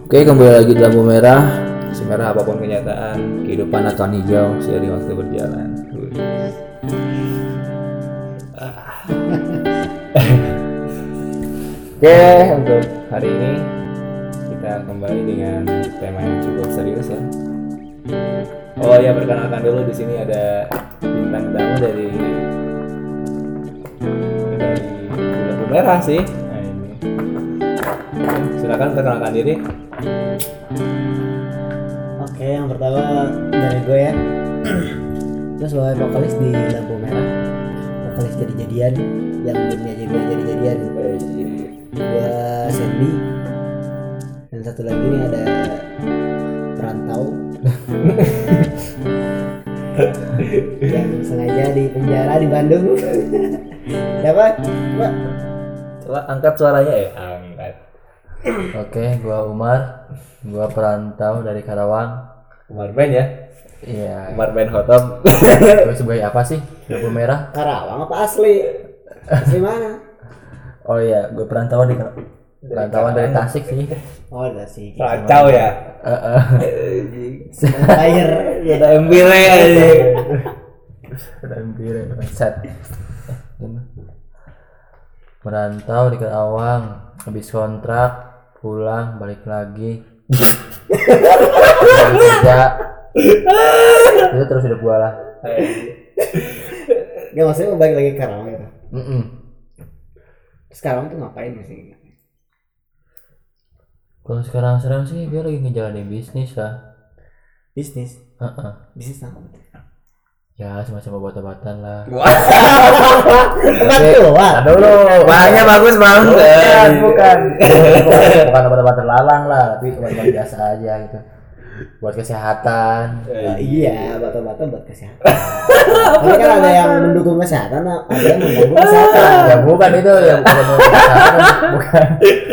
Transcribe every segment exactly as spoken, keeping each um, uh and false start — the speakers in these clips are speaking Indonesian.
Oke, kembali lagi di lampu merah. Semerah apapun kenyataan, kehidupan akan hijau seiring waktu berjalan. Oke, untuk hari ini kita kembali dengan tema yang cukup serius ya. Oh ya, perkenalkan dulu, di sini ada bintang tamu dari dari lampu merah sih. Nah, ini. Silakan perkenalkan diri. Oke, yang pertama dari gue ya. Gue sebagai vokalis di lampu merah, vokalis jadi-jadian yang dunia juga jadi-jadian. Gue Sandy. Dan satu lagi nih ada perantau yang sengaja di penjara di Bandung. Siapa? Mbak? Coba angkat suaranya ya. Angkat. Oke, gua Umar, gua perantau dari Karawang. Umar Ben ya? Iya. Umar Ben Khotob. Gua sebagai apa sih? Lampu merah. Karawang apa asli? Asli mana? Oh iya, gua perantau di perantauan dari Tasik sih. Oh, udah sih. Kacau ya. Heeh. Air. Ada embile aja. Ada empire set. Merantau di Karawang, habis kontrak, pulang, balik lagi. Balik kerja. Itu terus hidup gua lah. Gak maksudnya mau balik lagi ke Karawang gitu. Mm-mm. Sekarang tuh ngapain sih? Kalau sekarang-sekarang sih gue lagi ngejalanin bisnis lah. Bisnis. Heeh. Bisnis apa? Ya semacam obat-obatan lah. Obat keluar. Ada dulu. Warnanya bagus banget. Bukan, bukan. Bukan, bukan obat-obat terlarang lah, tapi obat-obat biasa aja gitu. Buat kesehatan. Ya, iya, obat-obatan buat kesehatan. Tapi kan ada yang mendukung kesehatan, ada yang mengganggu kesehatan. Ya bukan itu yang bukan buat kesehatan, bukan.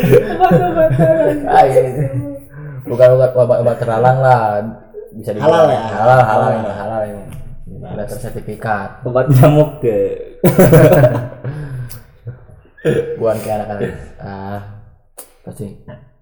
Ah, gitu. Bukan obat obat terlarang lah. Bisa Halal dibilang ya? Halal, halal, ini, halal ini. Udah tersertifikat. Obat nyamuk ke. Bukan kayak anak-anak. Ah, pasti.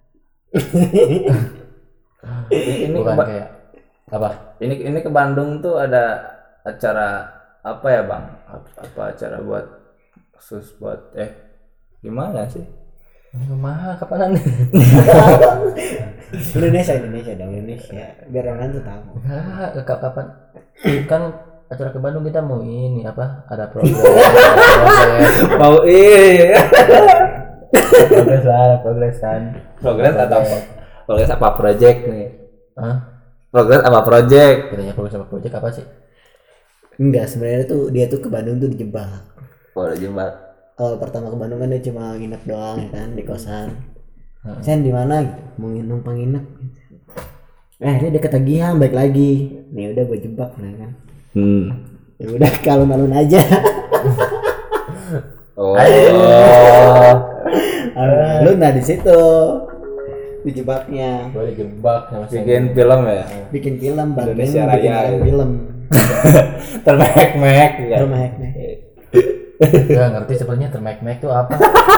Ini Bukan ke, kayak apa? ini ini ke Bandung tuh ada acara apa ya bang? Apa acara buat khusus buat eh gimana sih? Mahal kapanan? Indonesia, Indonesia dong, Indonesia. Biar orang tuh tahu. Enggak, ke kapan? Kan acara ke Bandung kita mau ini apa? Ada program. Mau iya. Progres lah, progres kan. Progres atau apa? Progres apa project nih? Hah? Progres apa project? Bedanya progres sama project apa sih? Enggak, sebenarnya tuh dia tuh ke Bandung tuh dijebak. Oh, udah jembat. Awal pertama ke Bandung kan dia cuma nginep doang ya kan di kosan. Sen di mana gitu? Mau numpang nginep. Eh, dia udah ketagihan balik lagi. Nih udah gue jebak nah kan. Hmm. Ya udah kalun-alun aja. Oh. Lu nah di situ dijebaknya. Gue dijebak sama si Bikin film ya? Bikin film, bantuin Indonesia bikin Raya. orang film. Termek-mek ya. Termek nih. Gak ngerti sebenarnya termek-mek tuh apa.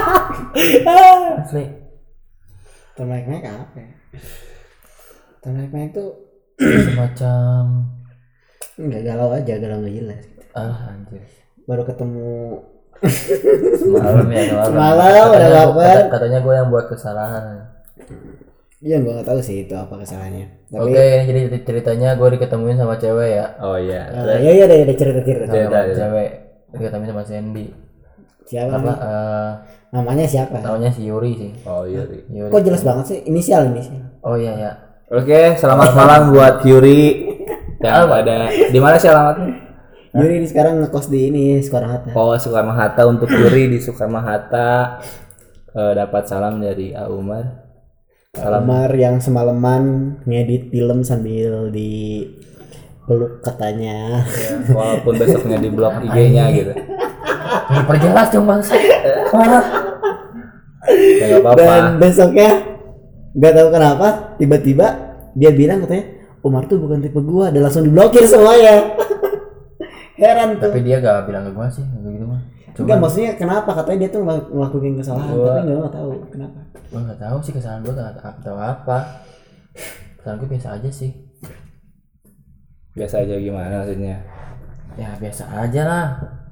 Asli. Termek-mek apa ya? Termek-mek tuh Semacam enggak galau aja, galau enggak jelas. ah anjir. Baru ketemu Semalam ya semalam. Semalam udah Katanya- lapar. kata- Katanya gue yang buat kesalahan. Iya, gue nggak tahu sih itu apa kesalahannya. Tapi Oke, ini jadi ceritanya gue diketemuin sama cewek ya. Oh iya. uh, ya ya ada cerita cerita. Sama Cerita, cerita. cewek diketemuin sama Sandy. Siapa? Apa? nih? eh, Namanya siapa? namanya si Yuri sih. Oh iya. Yuri. Kok jelas banget sih inisial inisial. Oh iya ya. Oke, selamat malam buat Yuri. Yang ada di mana sih alamatnya? Yuri ini sekarang ngekos di ini Soekarno Hatta. Oh, Soekarno Hatta, untuk Yuri di Soekarno Hatta. Eh, dapat salam dari A Umar. Salam. Umar yang semalaman ngedit film sambil di peluk katanya. Ya, walaupun besoknya di blog I G-nya gitu. Perjelas dong bangsa. Parah. Ya enggak apa-apa. Dan besoknya nggak tahu kenapa tiba-tiba dia bilang katanya Umar tuh bukan tipe gua, dan langsung diblokir semuanya. Heran tuh. Tapi dia gak bilang ke gue sih, kayak gitu mah. Enggak, maksudnya kenapa katanya dia tuh ngel- ngelakuin kesalahan Gua- tapi enggak enggak tahu kenapa. Gue nggak tahu sih kesalahan gue nggak tahu apa. Kesalahan gue biasa aja sih. Biasa aja gimana maksudnya? Ya biasa aja lah.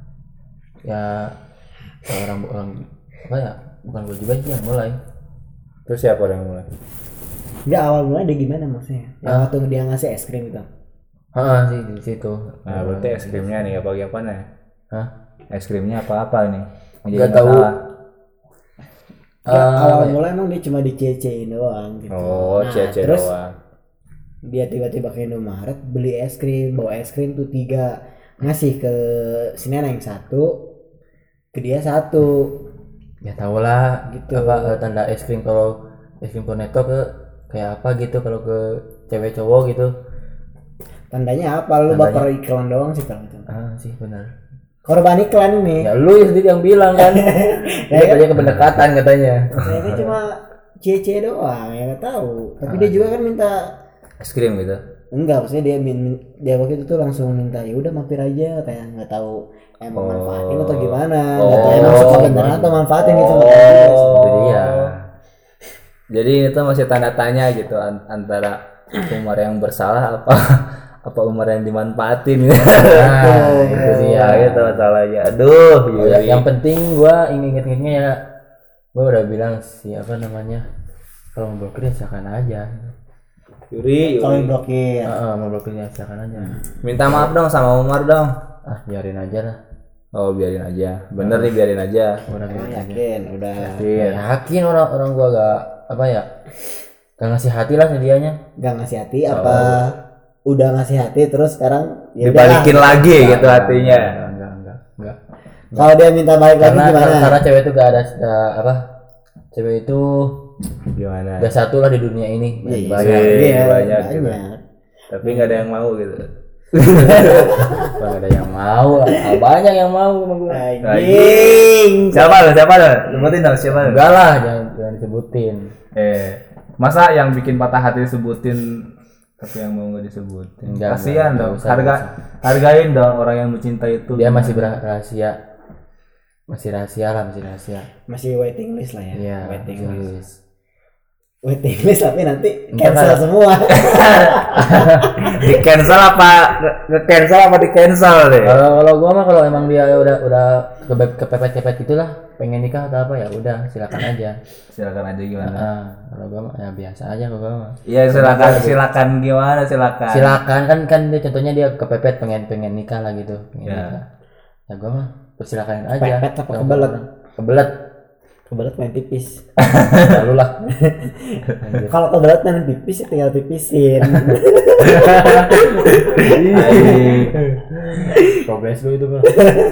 Ya orang orang apa ya? Bukan gue juga sih yang mulai. Terus siapa yang mulai? Enggak, awal mulai dia gimana maksudnya? Yang Ah. waktu dia ngasih es krim itu. Ah sih di situ. Nah, berarti es krimnya nih apa apa nih? Hah? Es krimnya apa-apa nih? Yang Nggak jadi tahu. masalah. Ya, Ah, awal apa ya? mulai emang dia cuma dicecein doang gitu. Oh, Nah, cece terus doang. dia tiba-tiba ke Indomaret beli es krim, bawa es krim tuh tiga, ngasih ke si Neneng satu, ke dia satu. Ya tau lah Gitu. apa eh, tanda es krim kalau es krim cornetto ke kayak apa gitu kalau ke cewek cowok gitu. Tandanya apa? Lu Tandanya- baper iklan doang sih kalau itu. Ah sih benar. Korban iklan ini. Ya lu sendiri yang bilang kan. Dia katanya pendekatan katanya. Saya kan cuma cece doang, ya nggak tahu. Tapi dia juga kan minta Es krim gitu. enggak, maksudnya dia min, min- dia waktu itu tuh langsung minta ya udah mampir aja, kayak nggak tahu emang Oh. manfaatin atau gimana, Oh. nggak tahu emang suka beneran atau manfaatin gitu. Oh. Itu dia. Jadi itu masih tanda tanya gitu an- antara Umar yang bersalah apa apa Umar yang dimanfaatin gitu. Nah, itu dia. Nah, itu masalahnya. Aduh, Oh, ya, Yuri. yang penting gua inget-ingetnya ya gua udah bilang siapa namanya kalau mau blokir ya silakan aja. Yuri, Kalau Yuri. blokir, Heeh, mau blokir ya silakan aja. Minta maaf dong sama Umar dong. Ah, biarin aja lah. Oh, biarin aja. Bener nih, biarin aja. Udah biarin aja. yakin udah Ya, yakin orang-orang gua gak apa ya? Gak ngasih hati lah sedianya. nggak ngasih hati apa udah ngasih hati terus sekarang ya Dibalikin udahlah. lagi gitu hatinya. Enggak, enggak, enggak, enggak. Kalau dia minta balik lagi Karena gimana? karena cewek itu gak ada eh, apa? Cewek itu Gimana? gak satu lah di dunia ini. Iya, Banyak. Iya, iya, banyak banyak. gitu. Tapi nggak ada yang mau gitu. Gak ada yang mau. Ah, banyak yang mau sama gua. Anjing. Siapa lo? Siapa lo? Sebutin dong siapa lo? Enggak lah, jangan, jangan disebutin. Eh, masa yang bikin patah hati disebutin tapi yang mau nggak disebutin? Enggak, Kasihan enggak, dong. enggak usah, Harga enggak hargain dong orang yang mencintai itu. Dia masih rahasia. Masih rahasia lah, masih rahasia. Masih waiting list lah ya. Iya, waiting masih list. list. Waiting list tapi nanti Entar cancel lah. semua. di cancel apa? Nge cancel apa di cancel deh? Kalau kalau gua mah kalau emang dia udah udah kebe- kepepet-kepet gitulah, pengen nikah atau apa ya udah silakan aja. Silakan aja gimana? Ah, kalau gua mah ya biasa aja kalau gua mah. Iya silakan silakan gimana silakan. Silakan kan kan dia contohnya dia kepepet pengen pengen nikah lah gitu. Pengen Ya. nikah. Ya gua mah persilakan aja. Pepet apa Kalau kebelet? orang- Kebelet. Kebelet main pipis. Lalu lah. Kalau kebelet main pipis ya tinggal pipisin. Ai. Progres lu itu bro.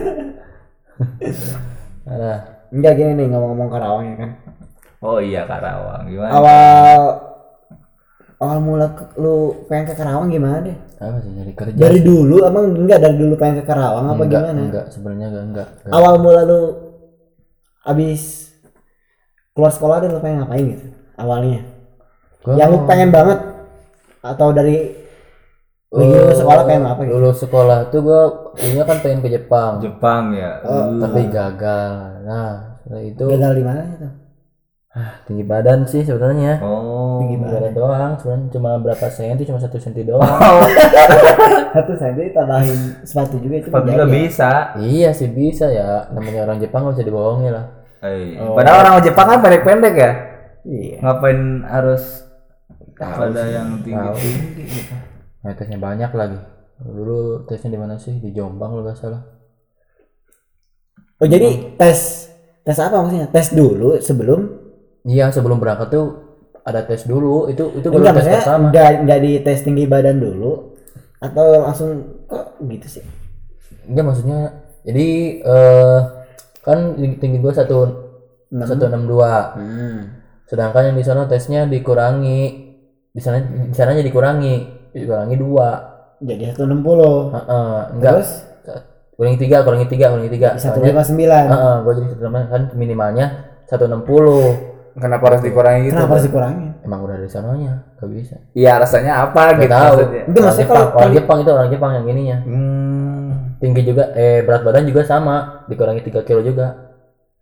Alah. Enggak gini nih ngomong-ngomong Karawang ya kan. Oh iya Karawang gimana? Awal awal mula ke- lu pengen ke Karawang gimana deh? Apa sih nyari kerja? Dari dulu emang enggak dari dulu pengen ke Karawang apa enggak, gimana? Enggak, sebenarnya enggak, enggak. enggak. Awal mula lu abis keluar sekolah deh lu pengen ngapain gitu? Awalnya. Gua Yang lu mau- pengen banget atau dari lu Oh, lulus sekolah pengen apa gitu? Lulus sekolah tuh gua ini kan pengen ke Jepang, Jepang ya. Oh, tapi gagal. Nah, setelah itu gagal di mana itu? ah, tinggi badan sih sebenarnya. Oh. Tinggi Tinggi badan doang, sebenarnya cuma berapa senti, cuma satu senti doang. Satu senti tambahin sepatu juga itu. Cepat juga menjadi. bisa. Iya sih bisa ya, namanya orang Jepang nggak bisa dibohongi lah. Eh, Oh. Padahal orang Jepang kan pendek-pendek ya. Iya. Ngapain harus Tahu pada sih, yang tinggi-tinggi gitu. Nah, tesnya banyak lagi. Dulu tesnya di mana sih? Di Jombang kalau nggak salah. Oh jadi tes tes apa maksudnya? Tes dulu sebelum? Iya, sebelum berangkat tuh ada tes dulu. Itu itu baru Enggak tes maksudnya pertama. enggak enggak di tes tinggi badan dulu atau langsung kok gitu sih? Enggak maksudnya jadi eh kan tinggi gua satu satu enam dua. Hmm. Sedangkan yang di sana tesnya dikurangi. Di sana di sananya dikurangi, dikurangi dua. Jadi seratus enam puluh. Heeh, enggak. Terus Kurangi tiga, kurangi tiga, kurangi tiga. seratus lima puluh sembilan. Heeh, gua jadi satu kan minimalnya seratus enam puluh. kenapa harus dikurangi gitu? Kenapa harus dikurangi? Emang udah dari sananya, gak bisa. Iya, rasanya apa Gak gitu tahu. maksudnya. Itu maksudnya Jepang, kalau- orang Jepang itu orang Jepang yang ininya. Hmm. Tinggi juga, eh berat badan juga sama, dikurangi tiga kilo juga.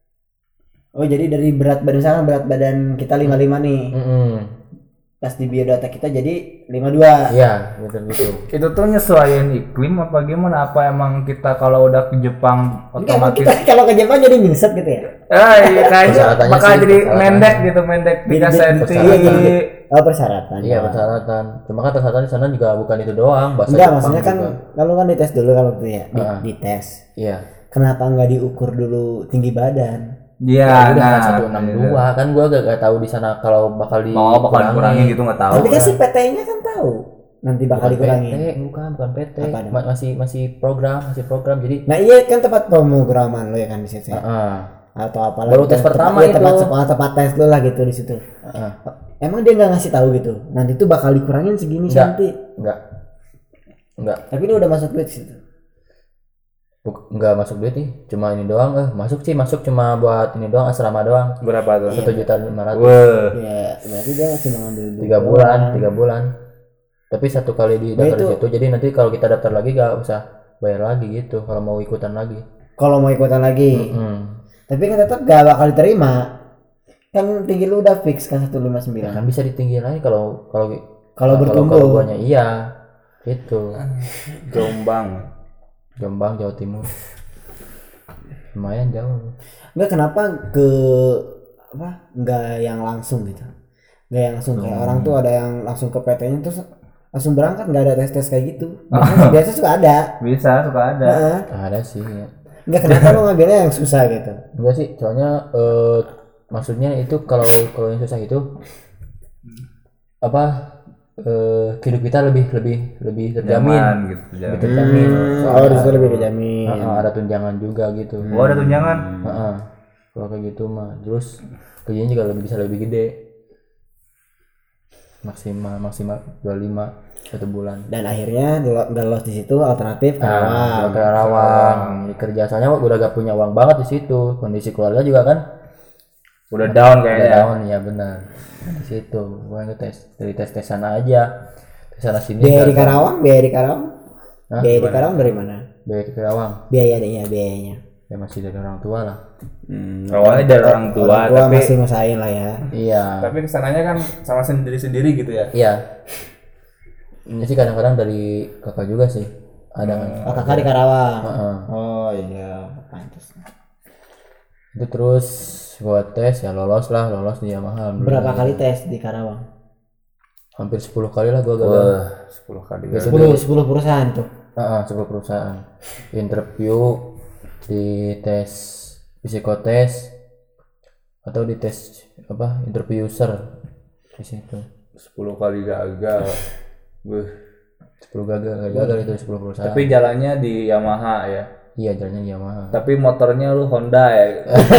Oh jadi dari berat badan misalkan berat badan kita lima puluh lima nih, Mm-mm. pas di biodata kita jadi lima puluh dua. Iya, gitu gitu. Itu tuh nyesuaiin iklim apa gimana? Apa emang kita kalau udah ke Jepang Enggak, emang otomatis? kita kalau ke Jepang jadi nyingset gitu ya? Ah, iya kayaknya Persyaratannya bakal sih, jadi persyaratannya. mendek gitu, mendek tiga Jadi- senti. Iya, jadi oh persyaratan. Iya, persyaratan. Cuma kan persyaratan di sana juga bukan itu doang, bahasa Enggak, Jepang maksudnya kan juga. lalu kan dites dulu kalau itu ya, di, Ah. dites. Iya. Kenapa nggak diukur dulu tinggi badan? Iya, Ya, udah nah, satu enam dua kan gua gak, gak tahu di sana kalau bakal di Oh, bakal dikurangi gitu nggak tahu. Tapi kan si P T-nya kan tahu nanti bakal dikurangi. P T, bukan bukan P T. Apa dong? Ma- masih masih program, masih program. Jadi Nah iya kan tempat pemrograman lo ya kan di situ. ya? heeh. Atau apalah. Baru tes Tempat- pertama iya, itu. tempat sekolah tempat tes lo lah gitu di situ. Heeh. Emang dia nggak ngasih tahu gitu. Nanti tuh bakal dikurangin segini Enggak. nanti. Enggak. Enggak. Tapi ini udah masuk duit situ. Buk- enggak masuk duit nih. Cuma ini doang eh masuk sih, masuk cuma buat ini doang, asrama doang. Berapa tuh? Satu juta lima ratus. Wah. Ya berarti dia cuma ngambil duit Tiga doang. bulan, tiga bulan. Tapi satu kali di Nah, daftar di itu- situ, jadi nanti kalau kita daftar lagi gak usah bayar lagi gitu. Kalau mau ikutan lagi. Kalau mau ikutan lagi. Hmm. Tapi kan tetap gak bakal diterima. Kan tinggi lu udah fix kan seratus lima puluh sembilan. Kan bisa ditinggiin lagi kalau kalau Kalau bertumbuh. Kalau guanya iya. Gitu. Jombang. Jombang, Jawa Timur. Lumayan jauh. Enggak kenapa ke apa? Enggak yang langsung gitu. Enggak yang langsung kayak orang tuh ada yang langsung ke P T-nya terus langsung berangkat, nggak ada tes tes kayak gitu. Biasanya, biasa suka ada. Bisa, suka ada. Heeh. Ada sih ya. Enggak kenapa lu ngambilnya yang susah gitu. Enggak sih, soalnya eh, maksudnya itu kalau kalau yang susah itu apa eh hidup kita lebih lebih lebih terjamin. Nyaman gitu. Lebih Jamin. terjamin. Hmm, oh, di situ lebih dijamin. Heeh, ada tunjangan juga gitu. Oh, ada tunjangan. Heeh. Kalau kayak gitu mah, terus gajinya juga lebih bisa lebih gede. Maksimal maksimal dua puluh lima satu bulan. Dan akhirnya nggak lolos di situ alternatif Nah, Karawang. ke Karawang. Jadi kerja soalnya udah gak punya uang banget di situ. Kondisi keluarga juga kan Udah down udah kayaknya. down ya benar. Di situ gua ngetes dari tes tes sana aja. Tes sana sini. Biaya di kan- Karawang, biaya di Karawang. Hah? Biaya di Karawang dari mana? Biaya di Karawang. Biaya ya biayanya. Ya masih dari orang tua lah. Awalnya dari orang tua, Orang tua tapi masih ngusahain lah ya. Iya. tapi kesananya kan sama sendiri-sendiri gitu ya. Iya. Ini sih kadang-kadang dari kakak juga sih. Ada kan. Oh, kakak di Karawang. Heeh. Oh iya, pantas. Itu terus buat tes ya lolos lah, lolos di Yamaha. Berapa kali tes di Karawang? Hampir sepuluh kali lah gua gagal. Wah, sepuluh kali. Biasa sepuluh sepuluh perusahaan tuh. Heeh, sepuluh perusahaan. Interview, di tes psikotes atau di tes apa? Interview user di situ. sepuluh kali gagal. Wah. sepuluh gagal, gagal itu sepuluh perusahaan. Tapi jalannya di Yamaha ya. iya jalannya di Yamaha. Tapi motornya lu Honda ya.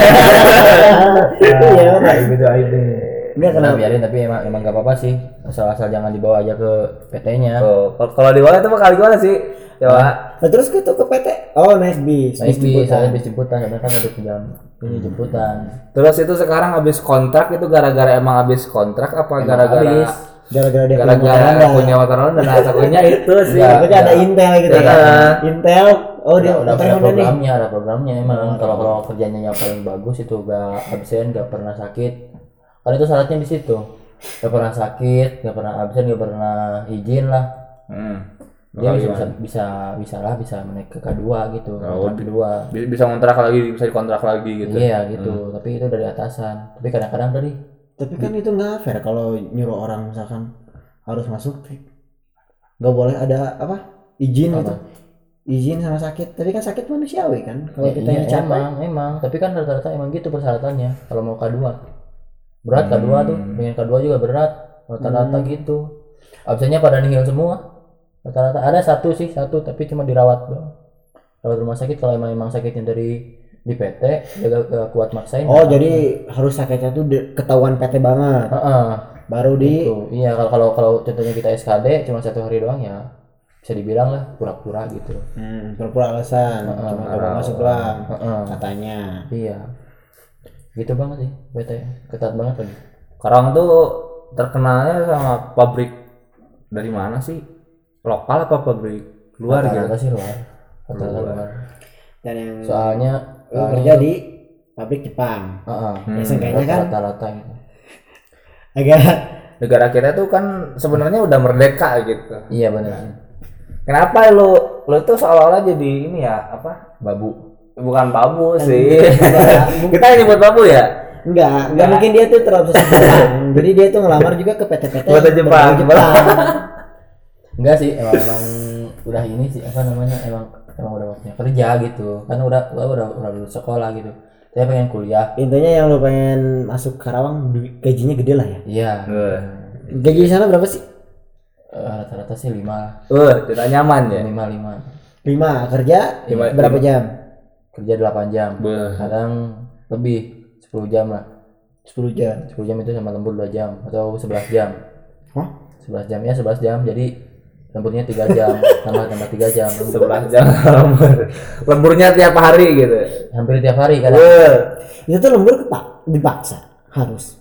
Iya. Aib itu aib ini. Enggak Nah, kenapa? biarin tapi emang emang gak apa-apa sih. Asal-asal jangan dibawa aja ke P T-nya. Oh, kalau- kalau di bawah itu bakal gimana sih? Ya, Pak. Nah, terus ke tuh ke P T. Oh, naik bis. Nah, Bis ini jemputan. saya bis jemputan, karena kan ada jam ini jemputan. Terus itu sekarang habis kontrak itu gara-gara emang habis kontrak apa Emang gara-gara habis. Gara-gara dia punya gara-gara motor punya motor Honda dan satunya itu sih. Enggak. Takutnya ada Intel gitu ya. Iya. Intel. Oh, dia udah, udah motor ada Honda nih. programnya, ada programnya emang. Kalau kalau kerjanya yang paling bagus itu gak absen, gak pernah sakit. Kan itu syaratnya di situ. Gak pernah sakit, gak pernah absen, gak pernah izin lah. Hmm. Dia Bakal bisa, gimana? bisa bisa bisa lah bisa naik ke K dua gitu. Oh, Kontrak kedua. Bi- bisa kontrak lagi, bisa dikontrak lagi gitu. Iya gitu. Tapi itu dari atasan. Tapi kadang-kadang dari Tapi kan itu nggak fair kalau nyuruh orang misalkan harus masuk nggak boleh ada apa izin Apa? gitu, izin sama sakit. Tapi kan sakit manusiawi kan kalau Ya, kita iya, capek. emang, emang. Tapi kan rata-rata emang gitu persyaratannya. Kalau mau K dua berat K dua tuh, pengen K dua juga berat. Rata-rata gitu. Absennya pada nihil semua. Rata-rata ada satu sih satu tapi cuma dirawat doang. Rawat rumah sakit kalau emang emang sakitnya dari di P T dia gak, gak kuat maksain. Oh jadi harus sakitnya tuh di- ketahuan P T banget Heeh. baru di Gitu. Iya kalau kalau kalau contohnya kita S K D cuma satu hari doang ya bisa dibilang lah pura-pura gitu. hmm, pura-pura alasan cuma coba masuk doang Heeh. katanya. Iya. Gitu banget sih P T, ketat banget lagi. Karawang tuh terkenalnya sama pabrik dari mana sih? Lokal apa pabrik luar gitu? Rata-rata sih luar. Rata-rata Luar. luar. Dan yang Soalnya lu soalnya kerja itu- di pabrik Jepang. Heeh. Ya seenggaknya kan Rata-rata gitu. agak Negara kita tuh kan sebenarnya udah merdeka gitu. Iya benar. Kenapa lu lu tuh seolah-olah jadi ini ya apa? Babu. Bukan babu sih. enggak, Kita nyebut babu ya? enggak, enggak Enggak. mungkin dia tuh terobsesi Jepang. Jadi dia tuh ngelamar juga ke P T P T. Buat Jepang. Jepang. Enggak sih, emang emang udah ini sih apa namanya? Emang emang udah waktunya kerja gitu. Kan udah udah udah, udah lulus sekolah gitu. Saya pengen kuliah. Intinya yang lu pengen masuk Karawang du- gajinya gede lah ya. Iya. Wah. Gaji di sana berapa sih? Eh, rata-rata sih lima, Uh, tidak nyaman ya. lima lima. lima kerja Lima- berapa lima. jam? Kerja delapan jam. Beuh. Kadang lebih sepuluh jam lah. sepuluh jam. sepuluh jam itu sama lembur dua jam atau sebelas jam. Hah? sebelas jam ya, sebelas jam. Jadi lemburnya tiga jam, tambah tambah tiga jam. Lembur. Sebelah jam lembur. Lemburnya tiap hari gitu. Hampir tiap hari kadang. Uh, Itu tuh lembur kepak dipaksa harus.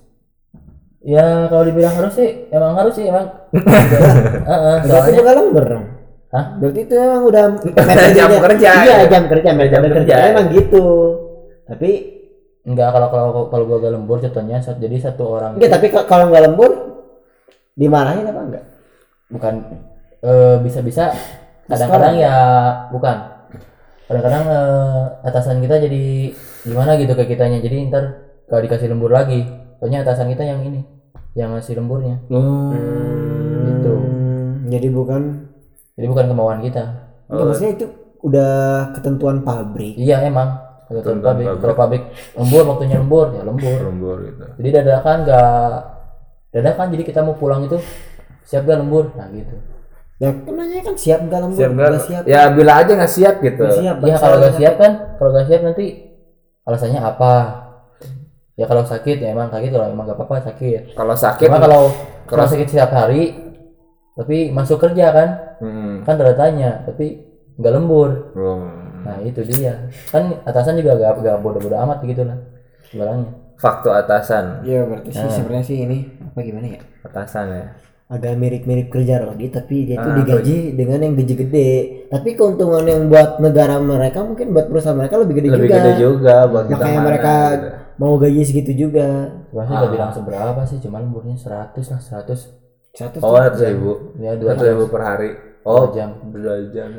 Ya kalau dibilang harus sih, emang harus sih emang. Heeh, Berarti soalnya bukan lembur dong. Hah? Berarti itu emang udah Jam kerja. Iya, jam kerja, Jam metode kerja. kerja emang gitu. Tapi enggak, kalau kalau kalau gua gak lembur contohnya sat- jadi satu orang enggak, tapi ka- kalau nggak lembur dimarahin apa enggak? bukan eh, bisa-bisa kadang-kadang ya bukan. Kadang-kadang eh, atasan kita jadi gimana gitu ke kitanya. Jadi ntar gak dikasih lembur lagi. Soalnya atasan kita yang ini, yang ngasih lemburnya. Gitu. Hmm, jadi bukan Jadi bukan kemauan kita. enggak, maksudnya itu udah ketentuan pabrik. Iya emang. Kalau Tentuan pabrik, pabrik. kalau pabrik lembur waktunya lembur ya lembur. lembur gitu. Jadi dadakan gak dadakan jadi kita mau pulang itu siap gak lembur, nah gitu. Ya kan nanya kan siap nggak lembur? Siap Nggak gak? siap. Ya bila aja nggak siap gitu. Nggak siap. Iya kalau gak siap kan, kalau gak siap nanti alasannya apa? Ya kalau sakit ya emang sakit, kalau emang gak apa-apa sakit. Kalau sakit, Cuma kalau kalau- kalau sakit setiap hari, tapi masuk kerja kan, hmm, kan tanda tanya, tapi nggak lembur. belum. Nah itu dia. Kan atasan juga gak, gak bodoh-bodoh amat gitu lah, bilangnya. Faktor atasan, Ya berarti sih Nah. sebenarnya sih ini apa gimana ya? atasan ya. Agak mirip-mirip kerja Rodi, tapi dia tuh Ah, digaji dengan yang gaji gede. Tapi keuntungan yang buat negara mereka mungkin buat perusahaan mereka lebih gede Lebih juga. gede juga buat kita Makanya mana, mereka gitu. mau gaji segitu juga. Sebenarnya Ah. gak bilang seberapa sih, cuma lemburnya seratus lah, seratus. Satu Oh, seratus ribu, Ya dua seratus ribu per hari. Dua Oh, jam. dua jam.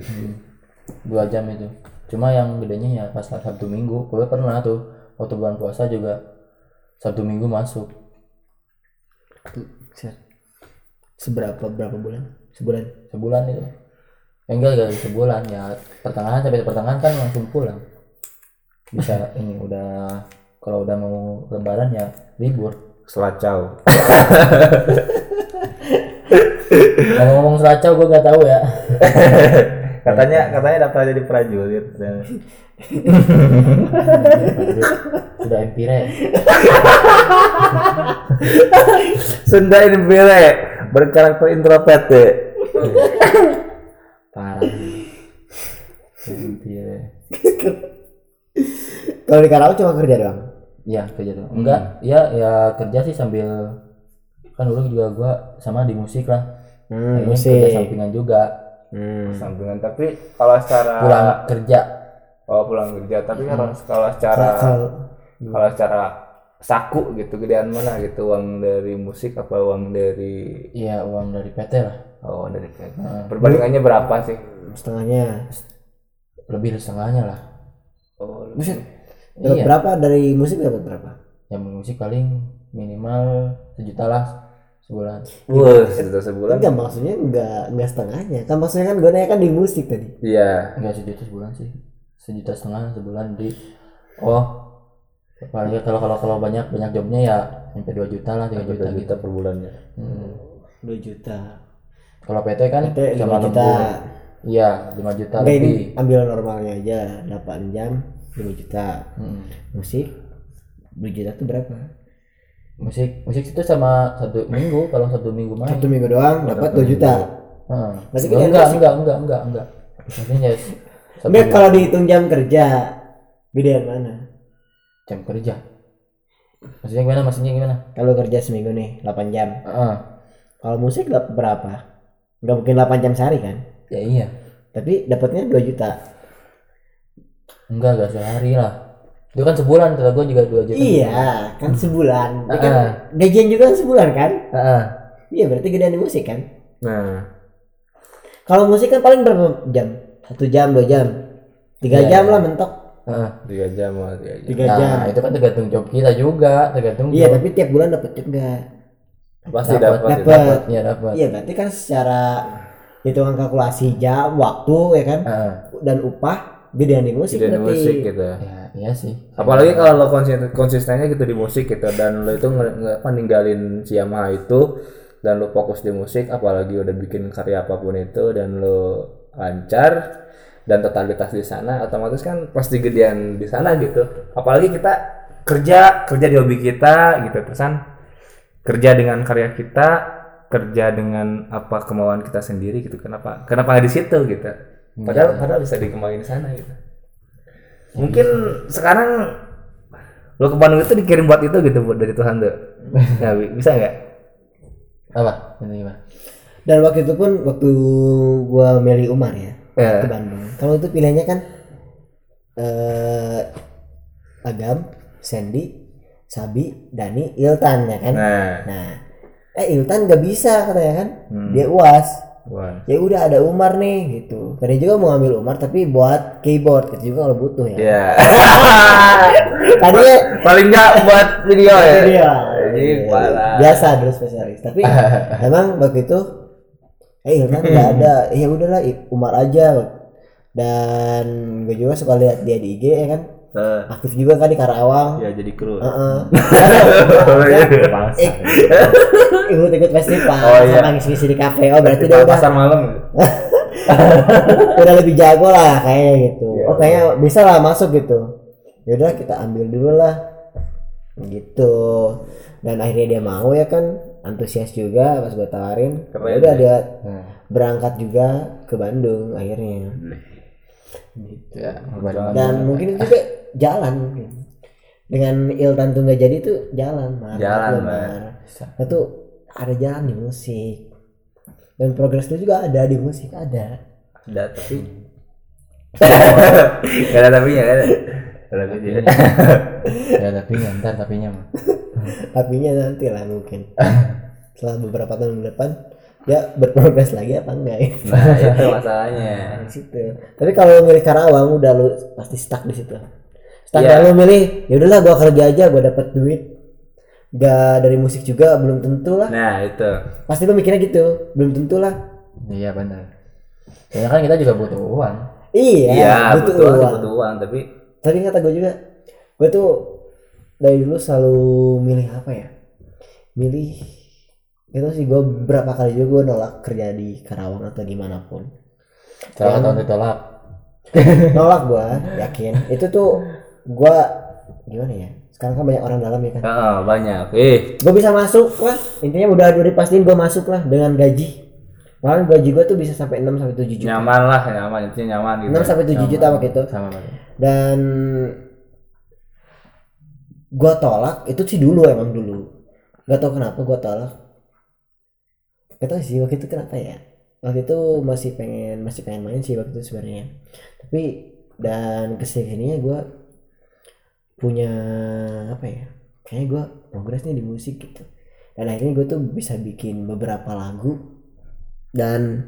dua jam itu. Cuma yang gedenya ya pas Sabtu Minggu. Gue pernah tuh waktu bulan puasa juga Sabtu Minggu masuk. Seberapa berapa bulan? Sebulan. Sebulan itu. Eh, enggak enggak sebulan ya, pertengahan sampai pertengahan kan langsung pulang. Bisa ini udah kalau udah mau lebaran ya libur. Selacau. Ngomong-ngomong seracau gue gak tahu ya. katanya katanya daftar jadi prajurit. Sudah empire. Sunda ini bere berkarakter introvert ya. Parah. Empire. Kalau di Karawang cuma kerja doang. Iya kerja tuh. Enggak, ya ya kerja sih sambil kan dulu juga gua sama di musik lah. Hmm, Ini musik. kerja sampingan juga. Hmm. Sampingan, tapi kalau secara Pulang kerja. oh pulang kerja, tapi kalau kalau secara Kalau kalau secara saku gitu gedean mana gitu, uang dari musik apa uang dari Iya uang dari P T lah. oh dari perbandingannya berapa sih? setengahnya. Lebih dari setengahnya lah. Oh, Buset. Dapat Iya. berapa dari musik dapat berapa? Yang musik paling minimal sejuta lah sebulan. wah sejuta sebulan. Enggak, maksudnya enggak enggak setengahnya. Kan maksudnya kan gue nanya kan di musik tadi. Iya. Enggak sejuta sebulan sih. Sejuta setengah sebulan di oh apalagi kalau kalau kalau banyak banyak jobnya ya sampai dua juta lah, tiga juta Juta gitu. per bulannya. Hmm. dua juta. Kalau P T kan P T sama lima juta. lembur. Iya, lima juta Enggak, ini lebih. ambil normalnya aja delapan jam lima juta. Hmm. Musik dua juta tuh berapa? Musik musik itu sama satu minggu, kalau satu minggu main. Satu minggu doang dapat dua juta. Heeh. Berarti enggak, kan enggak, musik- enggak, enggak, enggak, enggak. Maksudnya ya, satu Enggak, kalau dihitung jam kerja gedean mana? jam kerja. Maksudnya gimana? Maksudnya gimana? Kalau kerja seminggu nih delapan jam. Heeh. Kalau musik dapat berapa? Nggak mungkin delapan jam sehari kan? Ya iya. Tapi dapatnya dua juta. Enggak, enggak sehari lah. Itu kan sebulan, kata gue juga dua juta. Iya, kan sebulan. Dia kan Ah. gajian juga kan sebulan kan? Heeh. Iya, berarti gedean di musik kan? Nah, Kalau musik kan paling berapa jam? Satu jam, dua jam, tiga Iya, jam iya. lah mentok. Heeh. tiga jam lah, tiga jam. Tiga Nah, jam. itu kan tergantung job kita juga, tergantung Iya, job. tapi tiap bulan dapat juga. Pasti Dapat, dapat. dapat. dapat. Iya dapat. Iya, berarti kan secara hitungan kalkulasi jam, waktu ya kan, Heeh. dan upah gedean di musik Jadi berarti. musik gitu. Ya, iya sih. Apalagi kalau lo konsisten konsistennya gitu di musik gitu dan lo itu nge, nge, apa, ninggalin si Yamaha itu dan lo fokus di musik, apalagi udah bikin karya apapun itu dan lo lancar dan totalitas di sana, otomatis kan pasti gedean di sana gitu. Apalagi kita kerja kerja di hobi kita gitu, terusan kerja dengan karya kita, kerja dengan apa kemauan kita sendiri gitu. Kenapa kenapa nggak di situ gitu? Padahal padahal bisa dikembangin di sana gitu. Mungkin sekarang lo ke Bandung itu dikirim buat itu gitu, buat dari Tuhan tuh. Nah, bi- bisa nggak? Apa? Ini gimana? Dan waktu itu pun waktu gua milih Umar ya Ya. ke Bandung. Kalau itu pilihannya kan eh Agam, Sandy, Sabi, Dani, Iltan ya kan. Nah, Nah, eh Iltan nggak bisa katanya kan, Hmm. dia U A S. wah. Ya udah ada Umar nih gitu. Tadi juga mau ngambil Umar tapi buat keyboard gitu juga kalau butuh ya. Ya. Tadi Paling nggak buat video ya. dia Ini parah. biasa dulu spesialis. Tapi emang waktu itu eh Iltan nggak ada. Eh, ya udahlah Umar aja. Dan gue juga suka lihat dia di I G ya kan. Eh, Aktif juga kan di Karawang. ya jadi kru. Heeh. Bangsa. Ikut-ikut festival Oh, iya. sama ngisi-ngisi di kafe. Oh berarti Di dia udah pasar malam. udah lebih jago lah kayaknya gitu. Iya, Oh kayaknya bisa lah masuk gitu. Ya udah kita ambil dulu lah gitu. Dan akhirnya dia mau ya kan, antusias juga pas gue tawarin. Keren Ya udah ya. dia Nah, berangkat juga ke Bandung akhirnya. gitu ya. Bandung. Dan mungkin itu juga jalan mungkin. Dengan Iltan tuh nggak jadi tuh jalan, Mar. Jalan, Iya, Mar. Mar. Itu ada jalan di musik. Dan progres lu juga ada di musik ada. Ada tapi. Gak ada tapinya kan? Ada tapinya. Ya tapi ntar tapinya mah. Tapinya nanti lah mungkin. Setelah beberapa tahun ke depan dia berprogres lagi apa enggak ya? Nah itu masalahnya. Di situ. Tapi kalau milih Karawang udah lu pasti stuck di situ. Stuck Iya. lu milih, ya udahlah gua kerja aja, gua dapat duit. Gak dari musik juga belum tentu lah. Nah itu. Pasti lu mikirnya gitu, belum tentu lah. Iya benar. Soalnya kan kita juga butuh uang. Iya, Iya butuh, butuh uang. butuh uang tapi Tapi kata gue juga, gue tuh dari dulu selalu milih apa ya? Milih itu sih gue berapa kali juga gue nolak kerja di Karawang atau dimanapun. Kalau Yang- tahun ditolak. Nolak gue, yakin. Itu tuh gue gimana ya? Sekarang kan banyak orang dalam ya kan. oh, banyak. Eh Gue bisa masuk lah. Intinya udah udah dipastiin gue masuk lah dengan gaji. Malah gaji gue tuh bisa sampai enam sampai tujuh juta. nyaman lah, nyaman intinya nyaman gitu. enam sampai tujuh juta waktu itu. Sama Pak. Dan gue tolak itu sih dulu emang dulu. Gak tau kenapa gue tolak. Gak tau sih waktu itu kenapa ya. Waktu itu masih pengen masih pengen main sih waktu itu sebenarnya. Tapi dan kesininya gue punya apa ya? Kayaknya gue progresnya di musik gitu. Dan akhirnya gue tuh bisa bikin beberapa lagu dan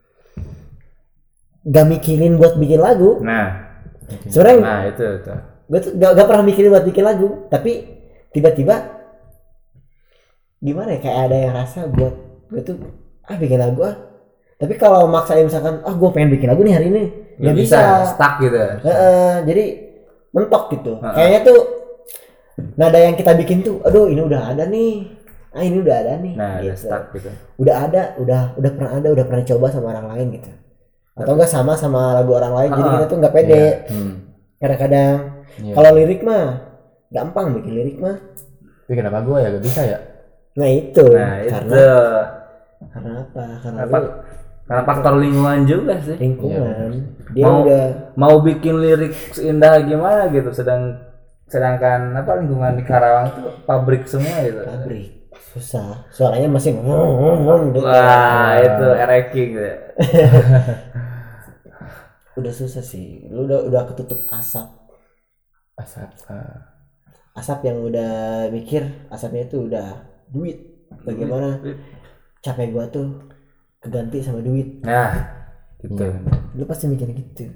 gak mikirin buat bikin lagu. Nah, Sebenarnya nah itu itu. gue tuh gak, gak pernah mikirin buat bikin lagu, tapi tiba-tiba gimana ya, kayak ada yang rasa buat gue tuh ah bikin lagu ah. Tapi kalau maksain misalkan ah gue pengen bikin lagu nih hari ini Nggak nggak bisa, bisa, stuck gitu. Heeh, jadi mentok gitu. Heeh. Kayaknya tuh nada yang kita bikin tuh aduh ini udah ada nih, ah ini udah ada nih, Nah, udah gitu. stuck gitu. Udah ada, udah udah pernah ada, udah pernah coba sama orang lain gitu, atau enggak sama sama lagu orang lain, jadi Heeh. kita tuh nggak pede. Hmm. Kadang-kadang Iya. kalau lirik mah gampang bikin lirik mah. Tapi kenapa gua ya gak bisa ya? Nah itu, Nah, itu. karena karena apa? Karena Apa? lu Karena faktor lingkungan juga sih. lingkungan. Iya. Dia Mau- udah Mau bikin lirik indah gimana gitu, sedang sedangkan apa lingkungan di Karawang tuh pabrik semua gitu. Pabrik susah, suaranya masih ngomong gitu. Wah itu ereking gitu. Udah susah sih, lu udah udah ketutup asap. Asap. Uh. Asap yang udah mikir, asapnya itu udah duit. Bagaimana? Duit. Capek gua tuh keganti sama duit. Nah, gitu. Iya. Lu pasti mikir gitu.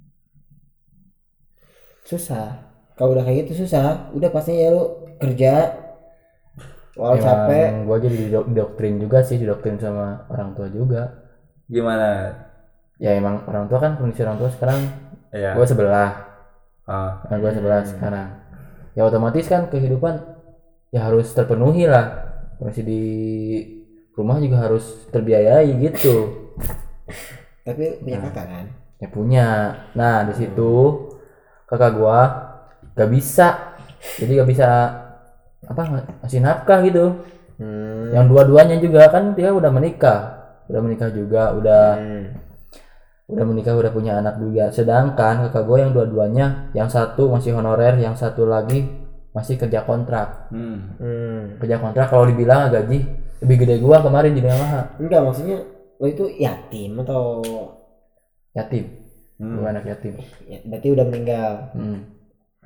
Susah. Kalau udah kayak gitu susah, udah pastinya ya lu kerja. Walau capek. Gua jadi didoktrin juga sih, didoktrin sama orang tua juga. Gimana? Ya emang orang tua kan kondisi orang tua sekarang. Iya. Gua sebelah. Oh. Nah, gua sebelah hmm. sekarang. Ya otomatis kan kehidupan ya harus terpenuhi lah. Masih di rumah juga harus terbiayai gitu. Tapi punya nah, kakak kan? Ya punya. Nah di situ kakak gua gak bisa, jadi gak bisa apa ngasih nafkah gitu. Hmm. Yang dua-duanya juga kan dia udah menikah, udah menikah juga, udah hmm. udah menikah, udah punya anak juga. Sedangkan kakak gua yang dua-duanya, yang satu masih honorer, yang satu lagi masih kerja kontrak. Hmm. Hmm. Kerja kontrak kalau dibilang gaji lebih gede gua kemarin di B M H. Enggak, maksudnya lo itu yatim atau yatim? Hmm. Gua anak yatim. Ya, berarti udah meninggal. Hmm.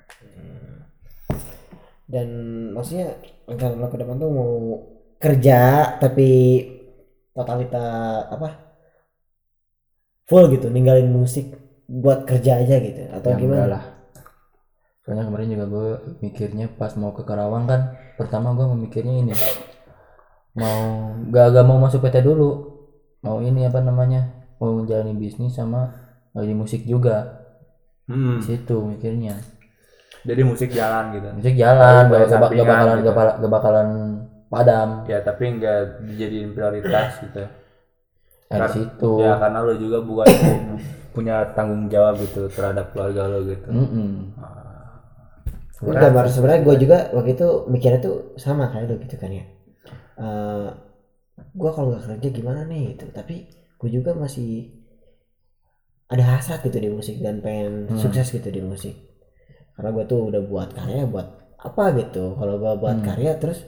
Dan maksudnya rencana lo ke depan tuh mau kerja tapi totalitas apa full gitu, ninggalin musik buat kerja aja gitu atau ya, gimana? Lah. Soalnya kemarin juga gue mikirnya pas mau ke Karawang kan, pertama gue memikirnya ini mau gak, gak mau masuk P T dulu, mau ini apa namanya mau menjalani bisnis sama di musik juga. Hmm. Di situ mikirnya. Jadi musik jalan gitu. Musik jalan, gak, gak, gak bakalan gitu. gak, gak bakalan padam. Ya tapi nggak dijadiin prioritas gitu. Dari situ. Ya karena lo juga bukan punya tanggung jawab gitu terhadap keluarga lo gitu. Mm-mm. Udah baru sebenarnya gue juga waktu itu mikirnya tuh sama kayak lo gitu kan ya. Uh, gue kalau nggak kerja gimana nih gitu. Tapi gue juga masih ada hasrat gitu di musik dan pengen hmm. sukses gitu di musik. Karena gue tuh udah buat karya buat apa gitu. Kalau gue buat hmm. karya terus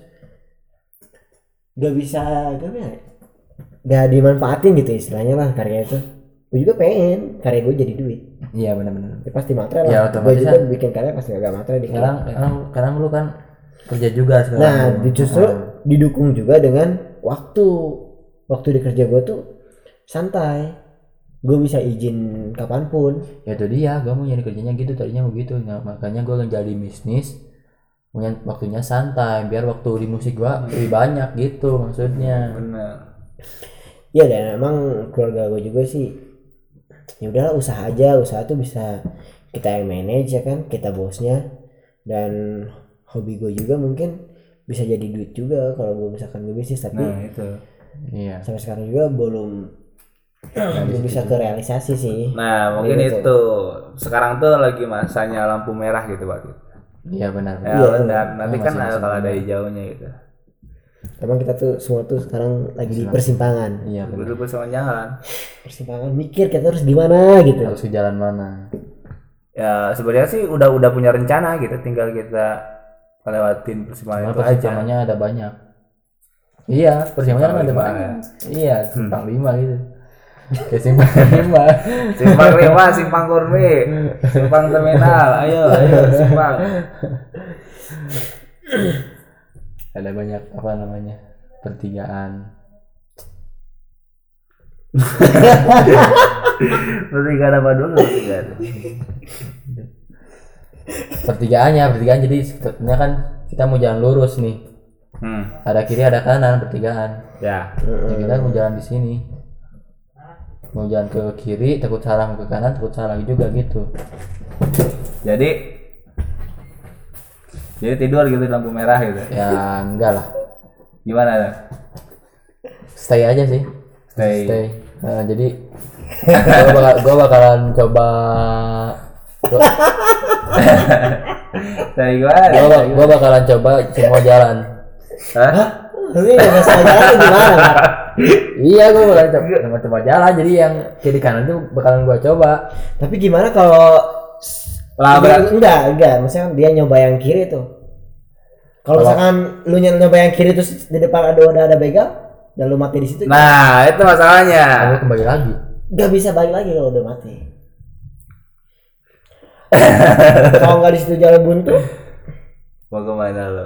gak bisa gak ya gak dimanfaatin gitu istilahnya lah karya itu. Gue juga pengen karya gue jadi duit. Iya benar-benar. Ya pasti matre lah. Ya, gue juga kan bikin karya pasti gak matre dikit. Sekarang, sekarang, sekarang lu kan kerja juga sekarang. Nah justru hmm. didukung juga dengan waktu. Waktu di kerja gue tuh santai. Gue bisa izin kapanpun. Ya itu dia, gue mau nyari kerjanya gitu, tadinya mau gitu. Nah, makanya gue ngejadi bisnis, punya waktunya santai, biar waktu di musik gue hmm. lebih banyak gitu maksudnya. Benar. Ya dan emang keluarga gue juga sih, ya udahlah usaha aja, usaha tuh bisa kita yang manage ya kan, kita bosnya. Dan hobi gue juga mungkin bisa jadi duit juga kalau gue misalkan gue bisnis, tapi nah, itu. Iya. Sampai sekarang juga belum Nah, belum bisa kerealisasi sih. Nah mungkin gitu. Itu sekarang tuh lagi masanya lampu merah gitu Pak. Iya benar. Ya, ya, benar. Nanti nah, kan ada kalau ada hijaunya gitu. Emang kita tuh semua tuh sekarang lagi di persimpangan. Iya benar. Betul-betul jalan. Persimpangan mikir kita harus gimana gitu. Harus ke jalan mana? Ya sebenarnya sih udah udah punya rencana gitu, tinggal kita lewatin persimpangan itu aja. Persimpangannya ada banyak. Iya, persimpangan ada banyak. Iya, simpang lima gitu. Kayak simpang lima, simpang lima, simpang kurmi, simpang terminal, ayo, ayo, simpang. Ada banyak apa namanya pertigaan. Pertigaan apa dulu pertigaan? Pertigaannya, pertigaan jadi sebenarnya kan kita mau jalan lurus nih. Hmm. Ada kiri, ada kanan pertigaan. Ya. Jadi kita mau jalan di sini. Mau jalan ke kiri takut salah, ke kanan takut salah juga gitu. Jadi jadi tidur gitu lampu merah gitu. Ya enggak lah. Gimana lah? Stay aja sih. Stay. Stay. Nah, jadi gua, bakal, gua bakalan coba gua, Stay gimana? Gua, gua bakalan coba semua jalan. Hah? Ini enggak semua jalan gimana? Iya, gue bakalan coba, coba jalan. Jadi yang kiri kanan tuh bakalan gue coba. Tapi gimana kalau Lah berat. Enggak, enggak. Maksudnya dia nyoba yang kiri tuh. Kalau misalkan lu nyoba yang kiri terus di depan ada ada ada begal dan lu mati di situ. Nah, itu masalahnya. Kamu kembali lagi. Gak bisa balik lagi kalau udah mati. Kalau nggak di situ jalan buntu, Mau kemana lo?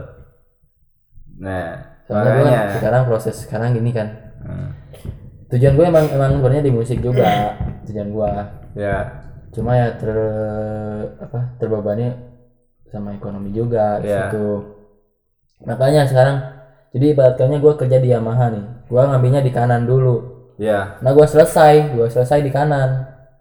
Nah, Soalnya gue makanya. sekarang proses sekarang gini kan. Hmm. Tujuan gue emang emang sebenarnya di musik juga tujuan gue. Ya. Cuma ya ter apa terbebani sama ekonomi juga di Iya. situ. Makanya sekarang jadi ibaratnya gue kerja di Yamaha nih. Gue ngambilnya di kanan dulu. Ya. Nah gue selesai, gue selesai di kanan.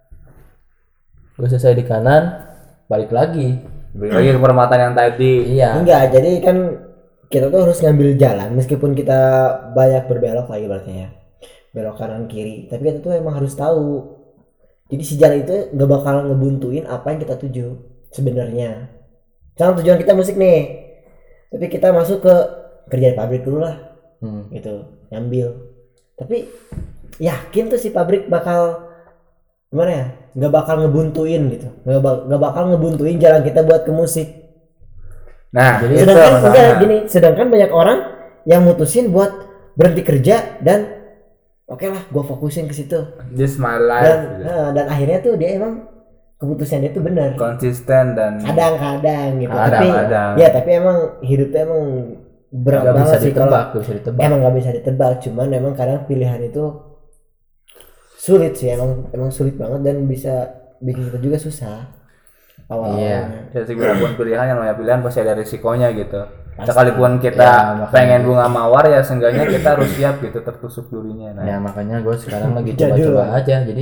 Gue selesai di kanan, balik lagi. Balik lagi ke perempatan yang tadi. Iya. enggak. Jadi kan kita tuh harus ngambil jalan meskipun kita banyak berbelok lagi berarti ya. Belok kanan kiri, tapi kita tuh emang harus tahu. Jadi si jalan itu gak bakal ngebuntuin apa yang kita tuju sebenarnya. Misalnya tujuan kita musik nih, tapi kita masuk ke kerja di pabrik dulu lah, Hmm. gitu, ngambil. Tapi yakin tuh si pabrik bakal gimana ya? Gak bakal ngebuntuin gitu, gak, ba- gak bakal ngebuntuin jalan kita buat ke musik. Nah, Jadi itu Sedangkan masalahnya. enggak gini, sedangkan banyak orang yang mutusin buat berhenti kerja dan oke lah, gue fokusin ke situ. Just my life. Dan gitu. nah, dan akhirnya tuh dia emang keputusan dia tuh benar. Konsisten dan Kadang-kadang gitu. Kadang, tapi kadang. ya tapi emang hidup tuh emang berat Gak bisa banget sih kalau ditebak, gak bisa ditebak. emang nggak bisa ditebak. Cuman emang kadang pilihan itu sulit sih, emang emang sulit banget dan bisa bikin kita juga susah awal-awalnya. Iya. ya segala pilihan yang namanya pilihan pasti ada risikonya gitu. Pasti. Sekalipun kita Ya, makanya. pengen bunga mawar ya seenggaknya kita harus siap gitu tertusuk durinya. Nah, Ya makanya gue sekarang lagi Jadul. coba-coba aja. Jadi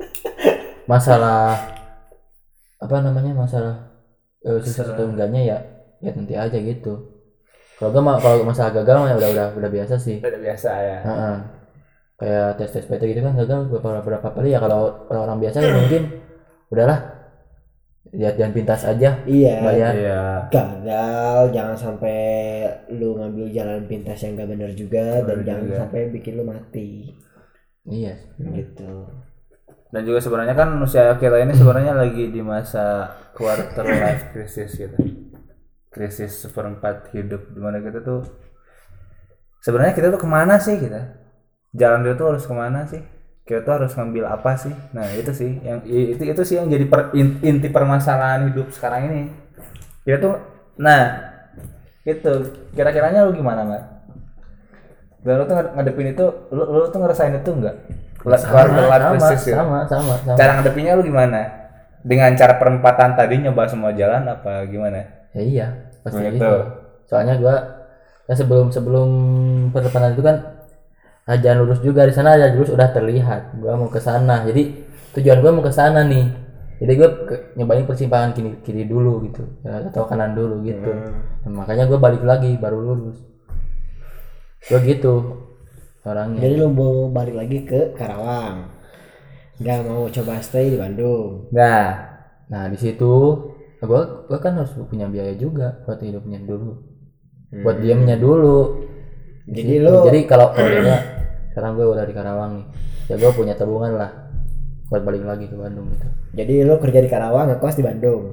masalah apa namanya masalah eh, sukses atau enggaknya ya ya nanti aja gitu. Kalau gue mah kalau masalah gagal mah ya udah udah udah biasa sih. udah biasa ya. Heeh. Kayak tes tes P T gitu kan gagal beberapa berapa kali ya. Kalau orang biasa ya mungkin udahlah lihat dan pintas aja Iya. bayar. Iya. Gagal, jangan sampai lu ngambil jalan pintas yang gak benar juga dan Benar jangan juga. sampai bikin lu mati Iya. gitu. Dan juga sebenarnya kan usia kita ini sebenarnya lagi di masa quarter life crisis gitu. Krisis seperempat hidup dimana kita tuh sebenarnya kita tuh kemana sih kita? Jalan itu tuh harus kemana sih? Kita tuh harus ngambil apa sih? Nah itu sih yang i- itu itu sih yang jadi per- in- inti permasalahan hidup sekarang ini. Kita tuh, nah itu kira-kiranya lu gimana Mbak? Dan lu tuh ngade- ngadepin itu, lu, lu tuh ngerasain itu enggak? Quarter life sama, crisis gitu. sama, sama, sama. Cara ngadepinnya lu gimana? Dengan cara perempatan tadi nyoba semua jalan apa gimana? Ya iya, pasti Begitu. gitu. Soalnya gua kan sebelum sebelum perdepanan itu kan ah, jalan lurus juga di sana ada lurus udah terlihat. Gua mau ke sana. Jadi tujuan gua mau ke sana nih. Jadi gua ke, nyobain persimpangan kiri kiri dulu gitu, ya, atau kanan dulu gitu. Nah, makanya gua balik lagi baru lurus. Gua gitu orangnya. Jadi lu mau balik lagi ke Karawang, nggak mau coba stay di Bandung. Nah, Nah di situ gua gua kan harus punya biaya juga buat hidupnya dulu, buat diamnya dulu. Di Jadi situ. lu- jadi kalau kalau dia sekarang gue udah di Karawang nih, ya gue punya tabungan lah buat balik lagi ke Bandung gitu. Jadi lu kerja di Karawang, ngekos di Bandung.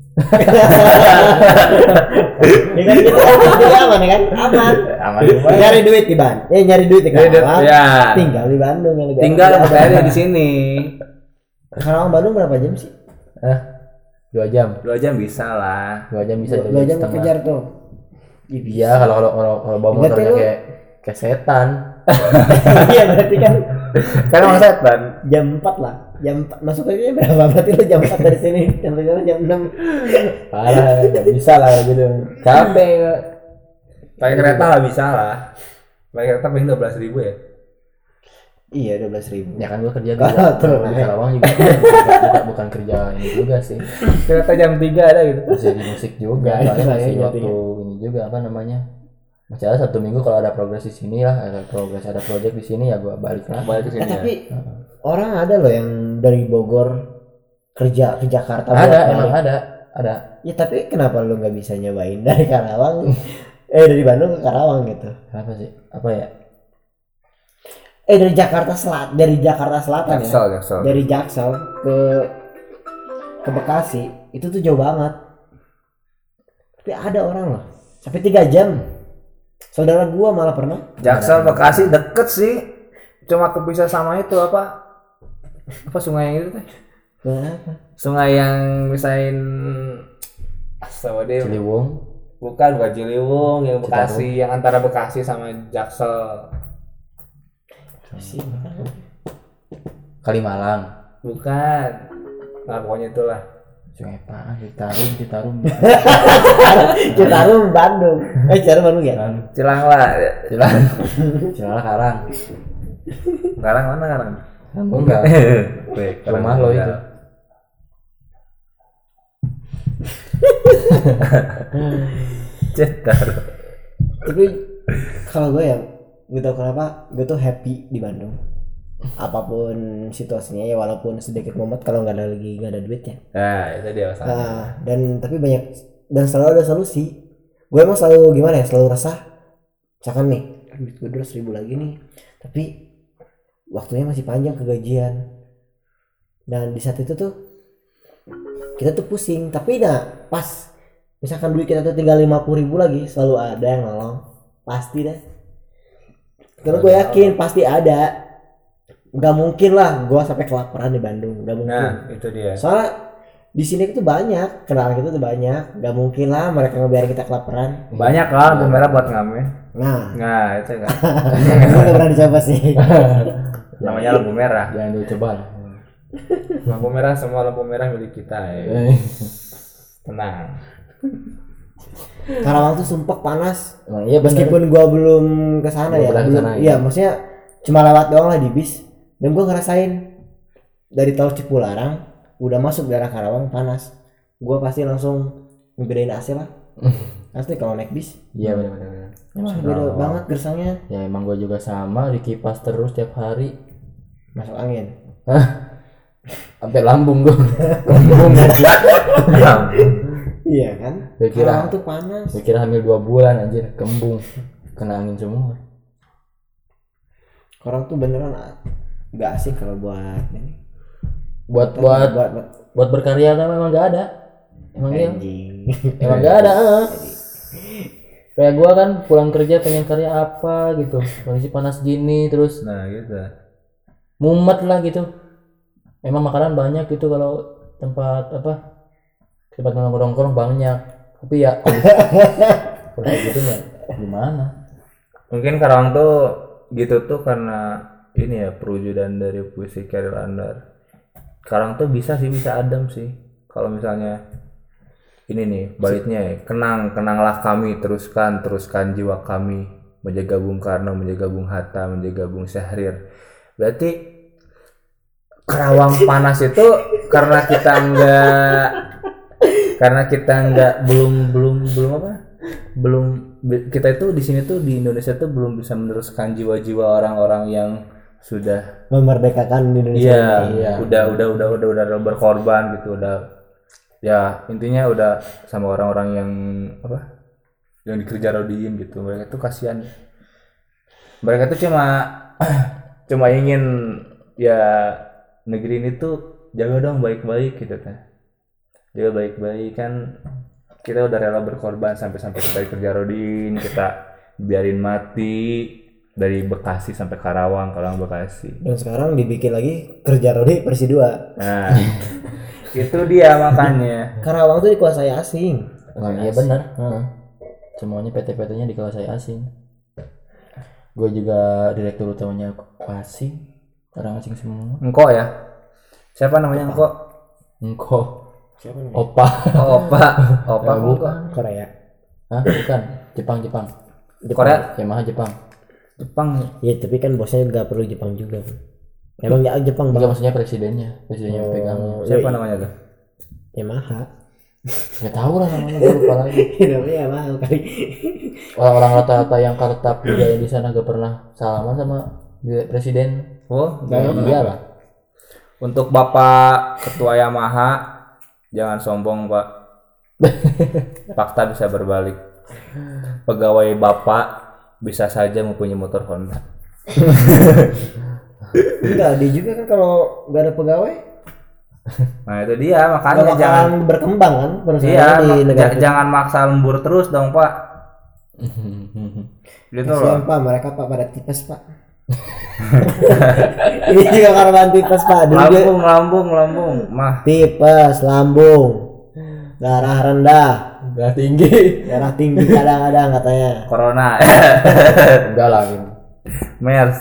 Ya kan gitu, jadi aman ya kan? Aman. aman Nyari duit di Bandung, eh nyari duit di Karawang, ya. tinggal di Bandung yang lebih Tinggal aman. berada di sini. Karawang Bandung berapa jam sih? Eh dua jam, Dua jam bisa lah. dua jam bisa Dua, dua dua jam jam setengah. kejar tuh. Iya kalau kalau kalau kalau bawa Berarti motornya lu- kayak kayak setan. Iya berarti kan Karena orang setan. jam empat lah. Jam empat masuk aja berapa? Berarti lu jam empat dari sini sampai sana jam enam. Parah nggak bisa lah gitu. Capek. Pakai kereta lah bisa lah. Pakai kereta paling dua belas ribu ya. Iya dua belas ribu. Ya kan gue kerja di, Kalau turun di aja. Karawang juga bukan, bukan kerja ini juga sih. Kereta jam tiga ada gitu. Masih di musik juga, Nggak ada soalnya lah ya, masih jam waktu tiga. ini juga apa namanya, masih ada satu minggu kalau ada progres di sini lah, ada progres ada project di sini ya gua balik lah. Balik ke Eh, sini. tapi Ya. orang ada loh yang dari Bogor kerja ke Jakarta. Ada bolak-balik. emang ada ada. Ya tapi kenapa lu nggak bisa nyobain dari Karawang? eh dari Bandung ke Karawang gitu. Apa sih? Apa ya? Eh dari Jakarta Selat, dari Jakarta Selatan Jaksel, ya. Jaksel. Dari Jaksel ke ke Bekasi itu tuh jauh banget. Tapi ada orang loh sampai tiga jam. Saudara gua malah pernah. Jaksel Bekasi deket sih. Cuma kepisah sama itu apa? Apa sungai yang itu teh? Kenapa? Sungai yang misain sama dia. Ciliwung. Bukan, bukan Ciliwung, yang Bekasi, yang antara Bekasi sama Jaksel. Kalimalang. Bukan. Nah, pokoknya itulah. Sungai apa? Citarum, Citarum. Citarum Bandung. Eh Citarum Bandung ya? Cilangla. Cilang. Cilang Karang. Karang mana Karang? Enggak. Weh, Rumah lo itu. Cetar. Tapi kalau gue ya gue tau kenapa gue tuh happy di Bandung. Apapun situasinya ya, walaupun sedikit mumet kalau nggak ada lagi nggak ada duitnya. Nah itu dia masalah. Nah, dan tapi banyak dan selalu ada solusi. Gue emang selalu gimana ya, selalu resah. Misalkan nih duit gue dua seribu lagi nih, tapi waktunya masih panjang ke gajian. Dan di saat itu tuh kita tuh pusing, tapi nah pas misalkan duit kita tuh tinggal lima puluh ribu lagi, selalu ada yang nolong, pasti deh. Karena gue yakin pasti ada. Gak mungkin lah gue sampai kelaparan di Bandung, gak mungkin. Nah itu dia. Soalnya di sini tuh banyak, kenalan kita tuh banyak, gak mungkin lah mereka ngebiarin kita kelaparan. Banyak lah lampu merah buat ngamen. Nah, Nah itu kan. gue gak pernah dicoba sih. Namanya lampu merah. Jangan dicoba lah. Lampu merah, semua lampu merah milik kita ya. Eh, Tenang. Karawang tuh sumpah panas. Emang iya bener. Meskipun gua belum kesana Belum ya, pernah belum, kesana, iya maksudnya cuma lewat doang lah di bis. Dan gua ngerasain dari tol Cipularang udah masuk daerah Karawang panas. Gua pasti langsung ngegedein A C lah. Pasti kalau naik bis. Iya benar-benar. Emang beda banget gersangnya. Ya emang gue juga sama, di kipas terus tiap hari. Masuk angin. Hah? Sampai lambung gue. Lambung aja. Iya kan? Gua kira- Karawang tuh panas. Gue kira hamil dua bulan anjir, kembung. Kena angin semua. Karawang tuh beneran nggak asik kalau buat ini. Buat buat buat, buat buat berkarya kan memang gak ada. Emang iya. anjing. Emang gak ada. eh. Kayak gua kan pulang kerja pengen karya apa gitu. Kondisi panas gini terus Nah gitu. mumet lah gitu. Memang makanan banyak gitu kalau tempat apa? Tempat nongkrong-nongkrong banyak. Tapi ya kalau kayak gitu ya gimana? Mungkin Karawang tuh gitu tuh karena ini ya perwujudan dari puisi Chairil Anwar. Karawang tuh bisa sih, bisa adem sih. Kalau misalnya ini nih baitnya ya, kenang kenanglah kami, teruskan teruskan jiwa kami, menjaga Bung Karno, menjaga Bung Hatta, menjaga Bung Syahrir. Berarti Karawang panas itu karena kita enggak karena kita enggak belum belum belum apa belum kita itu di sini tuh di Indonesia tuh belum bisa meneruskan jiwa-jiwa orang-orang yang sudah Memerdekakan Indonesia. iya, iya. udah udah udah udah udah berkorban gitu, udah ya intinya udah sama orang-orang yang apa yang dikerja rodiin gitu. Mereka tuh kasihan, mereka tuh cuma cuma ingin ya negeri ini tuh jaga dong baik-baik gitu kan, jaga baik-baik kan. Kita udah rela berkorban sampai-sampai kita kerja rodiin, kita biarin mati dari Bekasi sampai Karawang, Karawang Bekasi. Dan sekarang dibikin lagi kerja rodi versi dua. Nah itu dia makanya. Karawang tuh dikuasai asing. Emang iya benar. Heeh. Semuanya P T P T-nya dikuasai asing. Gue juga direktur utamanya asing, orang asing semua. Engkau ya? Siapa namanya engkau? Engkau. Siapa namanya? Opa. Oh, Opa. Opa Ya, bukan. bukan. Korea. Hah? Bukan. Jepang, Jepang. Korea, Yamaha Jepang. Jepang. Iya, tapi kan bosnya nggak perlu Jepang juga. Emang ya Jepang Enggak, banget. maksudnya presidennya. Presidennya yang pegang. Siapa iya. namanya tuh? Yamaha. Enggak tahu lah namanya, gue lupa lagi. Namanya Yamaha kali. Orang-orang rata-rata yang kartap juga yang di sana gak pernah salaman sama presiden. Oh, Iya lah. untuk Bapak Ketua Yamaha, jangan sombong Pak. Fakta bisa berbalik. Pegawai Bapak bisa saja mempunyai motor Honda. Enggak, dia juga kan kalau nggak ada pegawai Nah itu dia Nggak makanya bakalan jangan berkembang kan perusahaan iya di mak- negara ja- kita. jangan maksa lembur terus dong pak. Gitu loh. Kasihan pak, mereka pak pada tipes pak. Ini juga korban tipes pak. Dulu dia Lambung lambung lambung mah. tipes, lambung, darah rendah, Udah tinggi. darah tinggi kadang-kadang katanya. Corona. Enggak lah ini. MERS.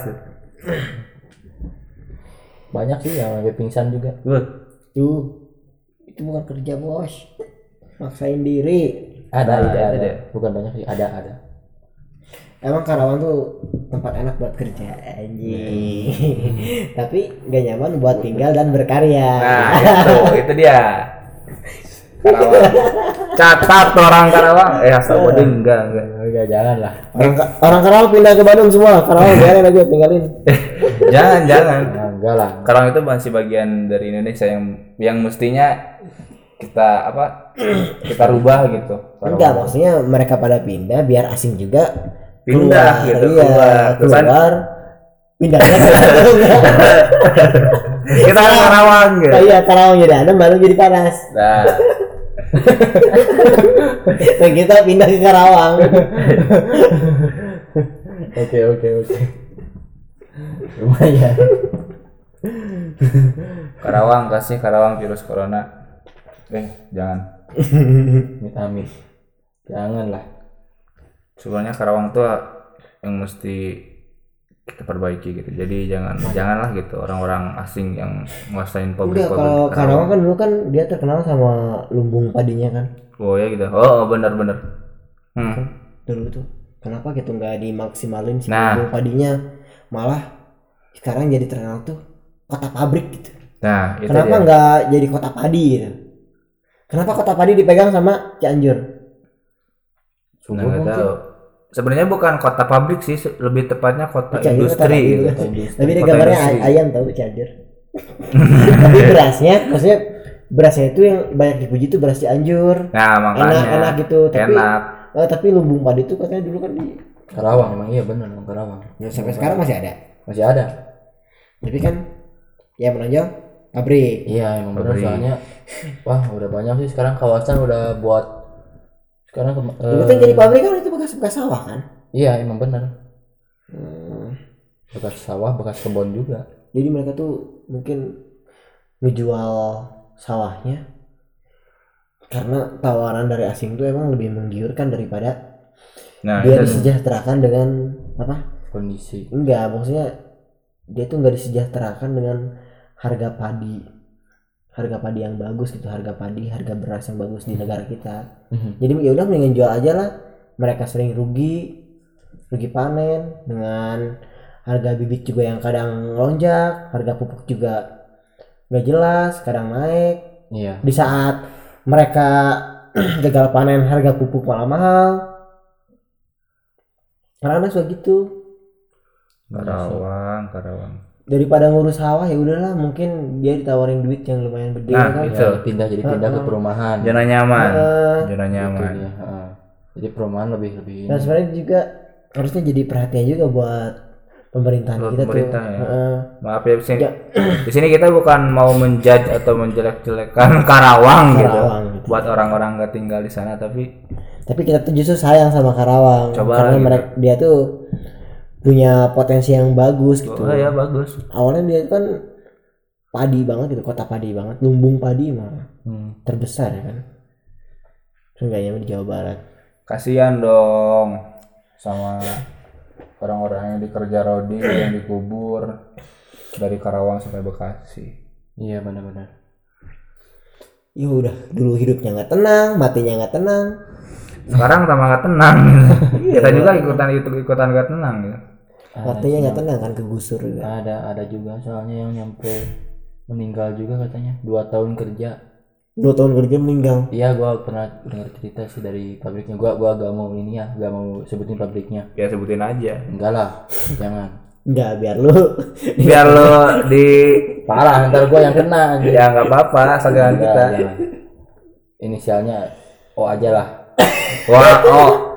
Banyak sih yang sampai pingsan juga. Good. Tuh, itu bukan kerja bos, maksain diri. Ada, Nah, ada, itu ada. dia. Bukan banyak sih, ada, ada. Emang Karawang tuh tempat enak buat kerja anjing. Tapi gak nyaman buat tinggal dan berkarya. Nah itu itu dia. Karawang. Catat orang Karawang. Eh asal bodeng enggak enggak. Enggak, jangan lah. Orang, orang Karawang pindah ke Bandung semua. Karawang biarin aja tinggalin. Jangan jangan. Nah, enggak lah. Karawang itu masih bagian dari Indonesia yang yang mestinya kita apa kita rubah gitu. Karawang. Enggak, maksudnya mereka pada pindah biar asing juga Pindah keluar, gitu, iya, keluar. Terusan- keluar. Pindahnya ke Bandung. Kita kan Karawang gitu. Oh iya, Karawang jadi adem, Bandung jadi panas. Nah, Dan kita pindah ke Karawang. Oke, oke, oke. Lumayan. Karawang kasih Karawang virus corona. Eh, jangan. Amit-amit. Jangan lah. Sebenarnya Karawang tuh yang mesti kita perbaiki gitu. Jadi jangan janganlah gitu orang-orang asing yang nguasain pabrik Enggak, kalau Karawang kan dulu kan dia terkenal sama lumbung padinya kan. Oh ya gitu. Oh, oh benar-benar. Hmm. Dulu tuh. Kenapa gitu nggak dimaksimalin si Nah. lumbung padinya? Malah sekarang jadi terkenal tuh kota pabrik gitu. Nah, itu Kenapa dia. nggak jadi kota padi gitu? Kenapa kota padi dipegang sama Cianjur? Nah, nggak tahu. Sebenarnya bukan kota pabrik sih, se- lebih tepatnya kota Cianjur kota industri padi gitu. juga. Kota industri. Tapi dia Kota gambarnya industri. ay- ayam tahu Cianjur. Tapi berasnya, maksudnya berasnya itu yang banyak dipuji tuh beras Cianjur. Nah, makanya Enak-enak gitu. Tapi enak. eh, tapi lumbung padi itu katanya dulu kan di Karawang emang iya benar emang Karawang. ya, sampai sekarang masih ada. Masih ada. Tapi kan ya menonjol pabrik. Iya, emang benar Pabrik. soalnya wah, udah banyak sih sekarang kawasan udah buat sekarang ke- Dulu eh, kan jadi pabrik kan itu bekas-bekas sawah kan. iya, emang benar. Hmm. Bekas sawah, bekas kebun juga. Jadi mereka tuh mungkin ngejual sawahnya karena tawaran dari asing tuh emang lebih menggiurkan daripada Nah, dia itu disejahterakan dengan apa? Kondisi. Enggak, maksudnya dia tuh nggak disejahterakan dengan harga padi, harga padi yang bagus gitu, harga padi, harga beras yang bagus di negara kita. Jadi ya udah mendingan jual aja lah. Mereka sering rugi, rugi panen dengan harga bibit juga yang kadang lonjak, harga pupuk juga nggak jelas, kadang naik. Iya. Di saat mereka gagal panen, harga pupuk malah mahal. Karena suka gitu. Karawang, Karawang. Daripada ngurus sawah ya udahlah, mungkin dia ditawarin duit yang lumayan gede Nah, kan. itu. Ya, pindah jadi pindah ke perumahan. Zona nyaman. Eh, Zona Gitu nyaman. dia, heeh. Jadi perumahan lebih lebih Nah sebenarnya juga harusnya jadi perhatian juga buat pemerintahan Buat kita pemerintah, tuh. ya. Heeh. Maaf ya di sini. Ya. Di sini kita bukan mau menjudge atau menjelek-jelekan Karawang, gitu. Karawang, gitu. Buat orang-orang nggak tinggal di sana, tapi Tapi kita tuh justru sayang sama Karawang Coba karena gitu. mereka dia tuh punya potensi yang bagus gitu. oh ya bagus. Awalnya dia kan padi banget gitu, kota padi banget, lumbung padi malah hmm. terbesar ya kan. Seenggaknya di Jawa Barat. Kasihan dong sama orang-orang yang dikerja rodi yang dikubur dari Karawang sampai Bekasi. Iya, benar-benar. Ya udah, dulu hidupnya nggak tenang, matinya nggak tenang. Sekarang tambah nggak tenang. Kita juga ikutan ikutan nggak tenang gitu. Matinya nggak tenang kan, kegusur juga. Ada ada juga soalnya yang nyampe meninggal juga katanya dua tahun kerja. Dua tahun kerja meninggal. Iya, gua pernah dengar cerita sih dari pabriknya. Gua gua gak mau ini ya, gak mau sebutin pabriknya. Ya sebutin aja. Enggak lah, jangan. Enggak, biar lu Biar lo di Parah, ntar gua yang kena anjir. ya nggak apa-apa sagaan Enggak, kita. jangan. Inisialnya O aja lah. Wah, oh,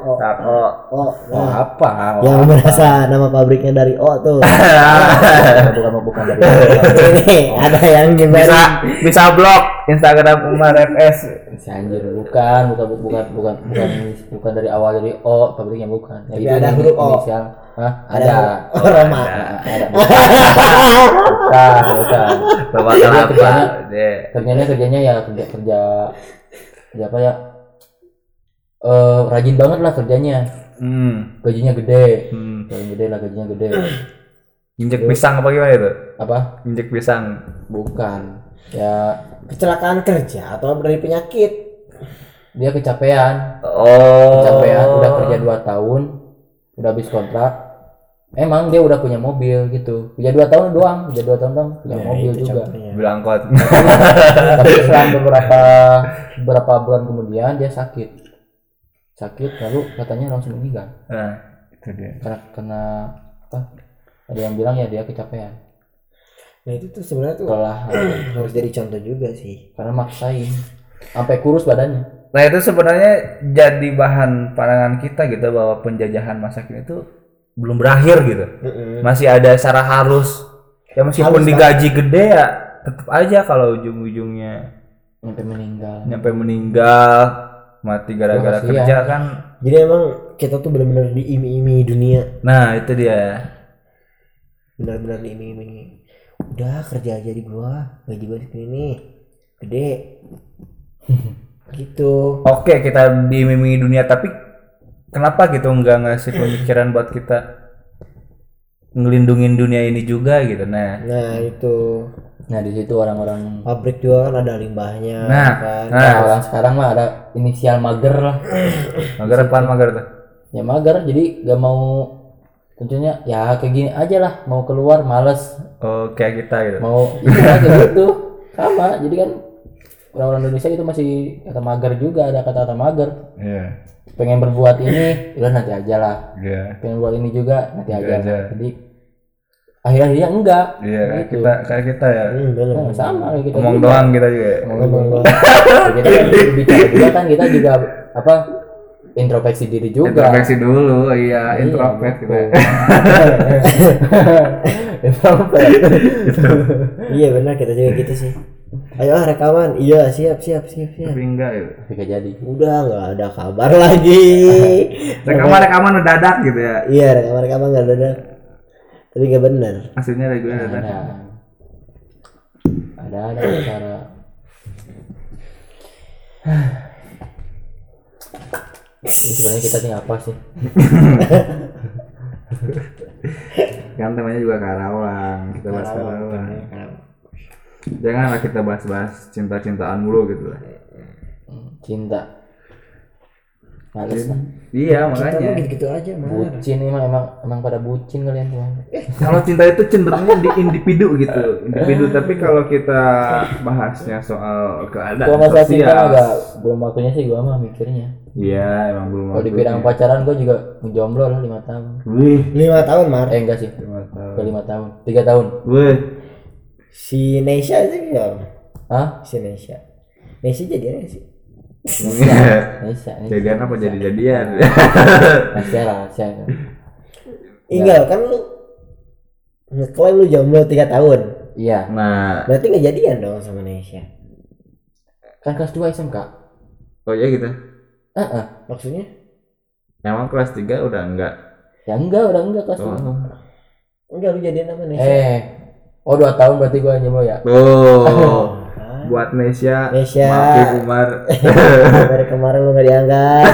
O. Start O. O. Oh, Nah, apa? Oh, yang apa? merasa nama pabriknya dari O tuh. bukan bukan dari Ini ada yang Bisa nyebarin. bisa blog Instagram Umar F S. si anjir bukan bukan bukan bukan bukan bukan dari awal dari O pabriknya bukan. Ya, Tapi ada huruf O. Inisial. Hah? Ada Ada. huruf O Roma. Ada. Ada. Bukan, bukan. Bapak Dia apa? kerjanya- Deh. Kerjanya kerjanya ya kerja kerja kerja apa ya? Eh rajin banget lah kerjanya. Hmm. Gajinya gede. Hmm. Paling gede lah gajinya gede. Injek pisang apa gimana itu? Apa? Injek pisang. Bukan. Ya Kecelakaan kerja atau dari penyakit. dia kecapean. Oh. Kecapean udah kerja dua tahun, udah habis kontrak. Emang dia udah punya mobil gitu. Kerja dua tahun doang, kerja dua tahun doang punya Ya, mobil itu juga. contohnya. Bilang angkot. Tapi setelah beberapa beberapa bulan kemudian dia sakit. Sakit lalu katanya langsung meninggal. Nah, itu dia. Karena karena apa? Ada yang bilang ya dia kecapean. Nah itu tuh sebenarnya tuh Kelelahan harus jadi contoh juga sih. karena maksain. Sampai kurus badannya. Nah itu sebenarnya jadi bahan pandangan kita gitu bahwa penjajahan masa kini itu belum berakhir gitu. Mm-mm. Masih ada secara halus. Ya meskipun Halus, digaji gede ya tetap aja kalau ujung-ujungnya Sampai meninggal. nyampe meninggal mati gara-gara Kasihan. kerja kan. Jadi emang kita tuh benar-benar diiming-imingi dunia, Nah itu dia. benar-benar diiming-imingi. Udah kerja aja di gua, gaji gua segini nih, gede. Gitu. Oke kita diiming dunia tapi kenapa gitu nggak ngasih pemikiran buat kita ngelindungin dunia ini juga gitu. Nah, Nah itu Nah di situ orang-orang pabrik juga kan ada limbahnya, Nah, kan. nah. nah, orang sekarang mah ada inisial mager lah. mager apaan mager tuh? Ya mager jadi gak mau tentunya ya kayak gini aja lah mau keluar males Oh kayak kita gitu. mau itu lah, kayak gitu sama jadi kan orang-orang Indonesia itu masih kata mager juga ada kata-kata mager Iya. pengen berbuat ini udah nanti aja lah Iya. pengen buat ini juga nanti Nanti aja, aja. lah. Jadi akhir-akhirnya enggak Iya kayak gitu. kita kayak kita ya. Hmm, bener. Nah, sama kayak kita Ngomong juga. doang kita juga. ya. Ngomong doang. Ya, kita kan bicara juga kan kita juga apa introspeksi diri juga. Introspeksi dulu, iya, Iya, introvert gitu. kita. Introvert. Iya benar kita juga gitu sih. Ayo ah, rekaman, iya siap siap siap siap. Tapi enggak ya. Tapi gak jadi. Udah nggak ada kabar lagi. Rekaman rekaman dadak gitu ya. Iya rekaman rekaman nggak ada. Tapi nggak benar. Aslinya reguler dadak. Ada. Ada ada cara. Ini sebenarnya kita nih apa sih? Kan temanya juga Karawang, kita bahas Karawang. Janganlah kita bahas-bahas cinta-cintaan mulu gitu lah. Cinta. Males lah. Iya Kita mah makanya. gitu-gitu aja mah. Bucin emang emang emang pada bucin kalian tuh. Kalau cinta itu cenderungnya di individu gitu, individu. Tapi kalau kita bahasnya soal keadaan Kalau masalah cinta sosial, agak belum waktunya sih gua mah mikirnya. iya emang belum. Kalau di waktunya. bidang pacaran gua juga ngejomblo lah lima tahun. Wih, Lima tahun Mar. Eh enggak sih. lima tahun. Ke lima tahun. Tiga tahun. Wih, Si Nesha itu ya. Hah? Si Nesha. Nesha jadi apa sih? Bisa. Bisa. jadian apa jadi jadian? Rahasia rahasia. Enggak kan lu ngeklaim lu jomblo tiga tahun. Iya. Nah, Berarti nggak jadian dong sama Nesha. Kan kelas dua S M K. oh iya gitu. Heeh. Maksudnya? Emang kelas tiga udah enggak? Ya enggak, udah enggak kelas dua. Oh. Enggak lu jadian sama Nesha. Eh. Oh, dua tahun berarti gua jomblo ya. Tuh. Buat Nesya, Nesya. maafin Umar. Dari kemarin lu nggak diangkat.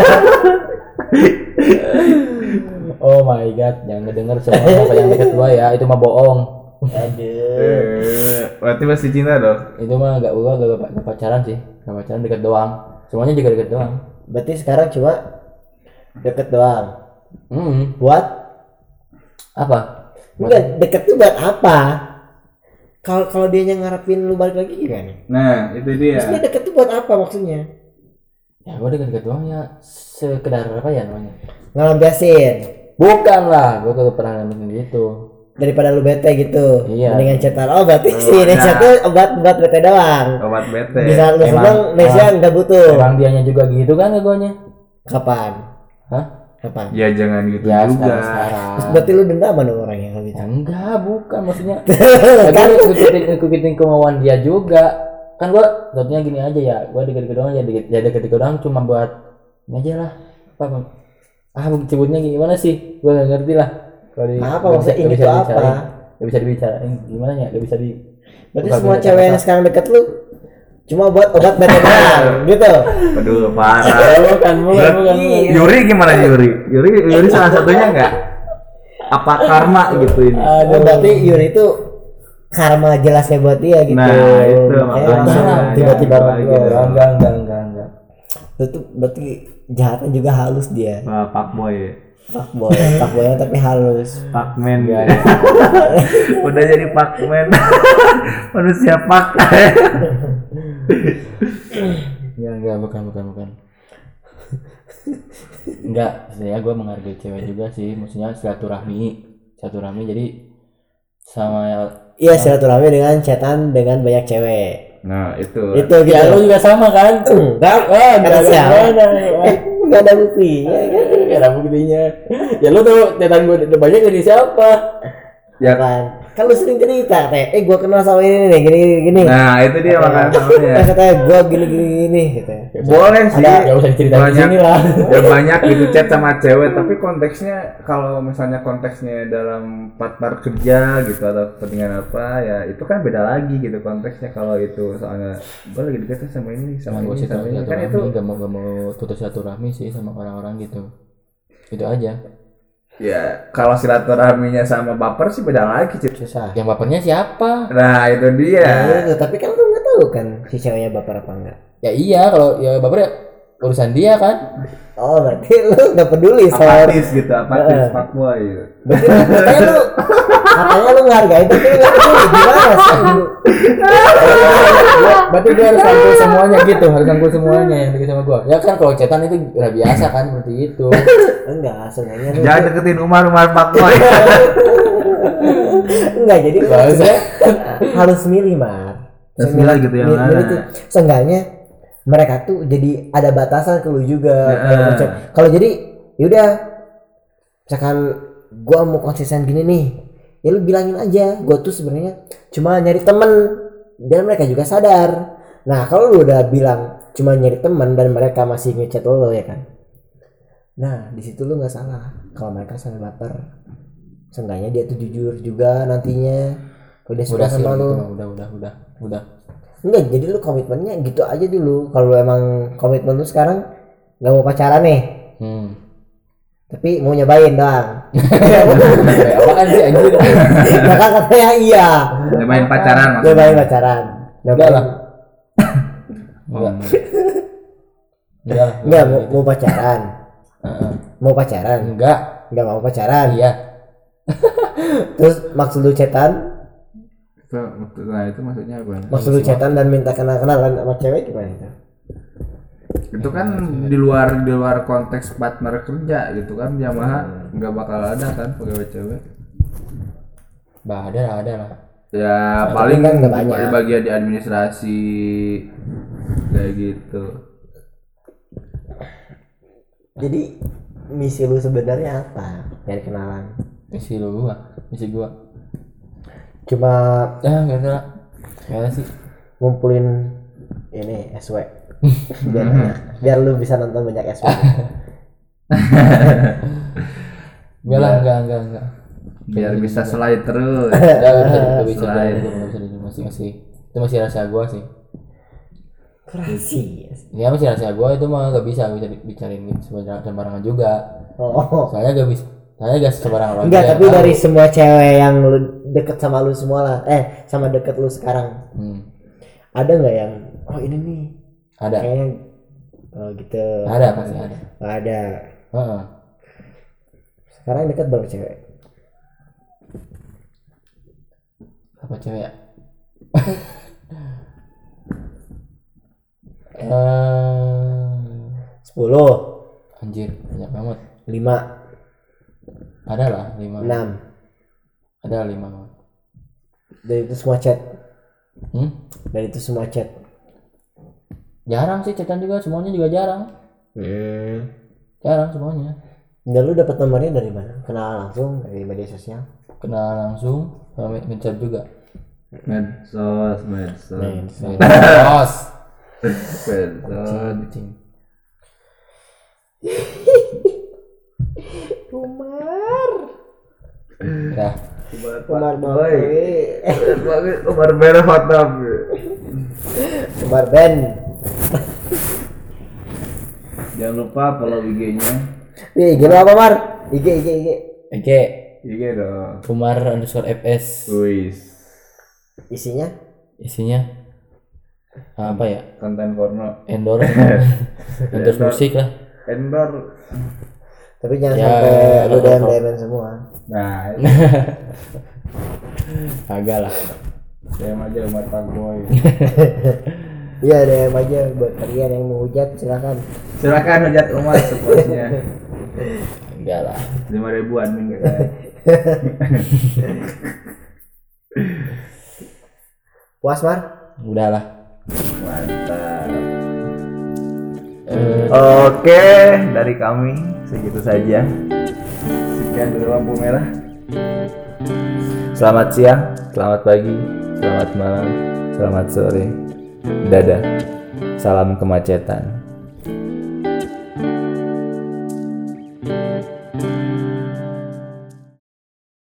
Oh my god, jangan ngedenger semua apa yang dekat gua ya, itu mah bohong. Aduh. Eh, berarti masih cinta dong? Itu mah enggak gua enggak, enggak pacaran sih. Enggak pacaran deket doang. Semuanya juga deket doang. Berarti sekarang cuma deket doang. Hmm. Buat Apa? enggak deket tuh buat apa? Kalau kalau dia ngarepin lu balik lagi gimana? Nah, itu dia. Maksudnya deket tuh buat apa maksudnya? Ya gua deket-deket doang ya sekedar apa ya namanya? Ngelampiasin. Bukan lah, gua kagak pernah ngalamin gitu. Daripada lu bete gitu. Iya. Mendingan cetar. Oh berarti Oh, si Nesha nah. tuh obat buat bete doang. Obat bete. Bisa lu Emang- seneng, Nesha emang- nggak butuh. Emang dianya juga gitu kan ke guanya? Kapan? Hah? Apa? Ya jangan gitu Ya juga. sekarang sekarang. Terus berarti lu dendaman dong orangnya kalau gitu. Ya, enggak, bukan maksudnya. Kan ngikutin ngikutin kemauan dia juga. Kan gua contohnya gini aja ya, gua deket-deket doang ya deket ya deket-deket doang cuma buat ini aja lah. Apa Bang? Ah, sebutnya gimana sih? Gua enggak ngerti lah. Kalau di Apa maksudnya ini tuh apa? Enggak bisa dibicarain. Gimana ya? Enggak bisa di Berarti bukan semua beda cewek yang kata. sekarang deket lu cuma buat obat bete doang gitu. Aduh parah. Bukan, bukan, bukan. Yuri gimana Yuri? Yuri Yuri salah satunya enggak? Apa karma gitu ini? Oh, berarti Yuri itu karma jelasnya buat dia gitu. Nah, itu Eh, makanya. langsung Ya, tiba-tiba ya, ngobrol. gitu. Enggak, enggak, enggak, enggak, enggak. Itu berarti jahatnya juga halus dia. Wah, Pak Boy. Fuckboy, fuckboynya tapi halus. Pakmen ya. Udah jadi Pakmen. Manusia Pak. Enggak, enggak, bukan, bukan, bukan. Enggak, sebenarnya gue menghargai cewek juga sih, maksudnya silaturahmi, silaturahmi jadi sama Iya, silaturahmi dengan chatan dengan banyak cewek. Nah, itu. Itu gitu. ya lu juga sama kan? Enggak, Ah, enggak kata ada siapa? gimana. Eh, enggak ada buktinya kan. Enggak ada buktinya. Ya lu tuh cetan gue banyak dari siapa? Ya Kan, kan lu sering cerita teh, eh gua kenal sama ini nih, gini gini gini. Nah, itu dia makanya namanya. Eh, katanya gua gini gini gini gitu. Boleh sih. Ada, ya usah diceritain di Banyak- sini lah. Ya banyak gitu chat sama cewek, tapi konteksnya kalau misalnya konteksnya dalam partner kerja gitu atau kepentingan apa ya itu kan beda lagi gitu konteksnya. Kalau itu soalnya gue lagi deket sama ini sama Sama gue ini sih sama ini kan itu silaturahmi, gak mau gak mau putus silaturahmi sih sama orang-orang gitu. Itu aja. ya kalau silaturahminya sama baper sih beda lagi Cip. Susah. Yang bapernya siapa? Nah itu dia. Ya, itu, tapi kan lu nggak tahu kan si ceweknya baper apa enggak. Ya iya, kalau ya baper ya urusan dia kan. Oh, berarti lu nggak peduli soal. Apatis gitu, apatis fuckboy gitu. Berarti katanya lu katanya lu ngehargain tapi lu nggak peduli gimana sih? Berarti gue harus rangkul semuanya gitu, harus rangkul semuanya yang deket sama gue. Ya kan kalau chatan itu udah biasa kan seperti itu. Enggak, sebenarnya lu Jangan deketin Umar Umar fuckboy. enggak jadi lu Nggak usah. maksudnya harus milih, Mar. Harus milih gitu ya, Milih- Mar. milih tuh. Seenggaknya mereka tuh jadi ada batasan ke lu juga. Ya. Kayak macam kalau jadi yaudah misalkan gua mau konsisten gini nih, ya lu bilangin aja gua tuh sebenarnya cuma nyari temen biar mereka juga sadar. Nah kalau lu udah bilang cuma nyari teman dan mereka masih ngechat lo ya kan, nah di situ lu nggak salah kalau mereka sampai baper. Seenggaknya dia tuh jujur juga nantinya kalau dia suka Udah sih, sama gitu, lu. udah, udah, udah, udah. Enggak, jadi lu komitmennya gitu aja dulu. Kalau lu emang komitmen lu sekarang nggak mau pacaran nih, Hmm. tapi mau nyobain doang. Kayak apaan sih anjir? Nah kan katanya iya, Nyobain pacaran maksudnya. nyobain pacaran. Enggak lah. Oh. Enggak. Enggak lah. Enggak mau, mau pacaran, Heeh. mau pacaran, Enggak. enggak mau pacaran. Iya. Terus maksud lu chatan, Itu, nah itu maksudnya apa? maksud lu chatan dan minta kenal-kenalan sama cewek gimana itu? Itu kan di luar di luar konteks partner kerja gitu kan, Yamaha nggak bakal ada kan pegawai cewek. Bah, ada lah, ada lah. Ya Nah, paling tapi kan nggak di- banyak. di bagian di administrasi kayak gitu. Jadi misi lu sebenarnya apa? Nyari kenalan. Misi lu gua, misi gua. Cuma Ah, enggak ada. Enggak ada sih. ngumpulin ini S W. biar, biar lu bisa nonton banyak S W. Enggak lah, enggak, enggak, enggak. Biar bisa slide terus. Enggak enggak bisa, enggak bisa, Selain. enggak enggak bisa, masih masih itu masih rahasia gua sih. Rahasia. Ya masih rahasia gua itu mah enggak bisa bisa dibicarain sembarangan sembarangan juga. Oh. Soalnya enggak bisa. Soalnya enggak sembarangan orang. Enggak, yang tapi tahu. dari semua cewek yang lu deket sama lu semua lah, eh sama deket lu sekarang, Hmm. ada nggak yang oh ini nih Ada. kayaknya oh gitu. Ada pasti ada. Nggak ada. Heeh. Sekarang yang deket berapa cewek? Apa cewek ya? Eh, Sepuluh, anjir, banyak banget. lima, Ada lah lima. enam. Ada lima. Dari itu semua chat. Hmm? Dari itu semua chat. Jarang sih chatan juga, semuanya juga jarang. Hmm. Jarang semuanya. Dan lu dapat nomornya dari mana? Kenal langsung dari media sosial? Kenal langsung sama mencet juga. Medsos, medsos. Medsos. Medsos. Kucing. Umar. Dah. Umar Boy. Boy. Umar merah mantap. Umar Ben. Jangan lupa follow I G-nya. Wih, gila apa Mar? I G I G I G. Oke. I G dong. Umar underscore fs. Wis. Isinya? Isinya apa ya? Konten porno. Endor. Endor musik lah. Endor. Tapi jangan Ya, sampai lu D M rokok. D M semua. Nah, Agak lah. saya aja Umar Pakboy. Iya, D M aja buat kalian yang mau hujat silakan. Silakan hujat Umar sepuasnya. Enggak lah. lima ribu admin ke saya. Puas Mar? Udah lah. Mantap. Eh, Oke, dari kami segitu saja. Sekian dari lampu merah. Selamat siang, selamat pagi, selamat malam, selamat sore. Dadah. Salam kemacetan.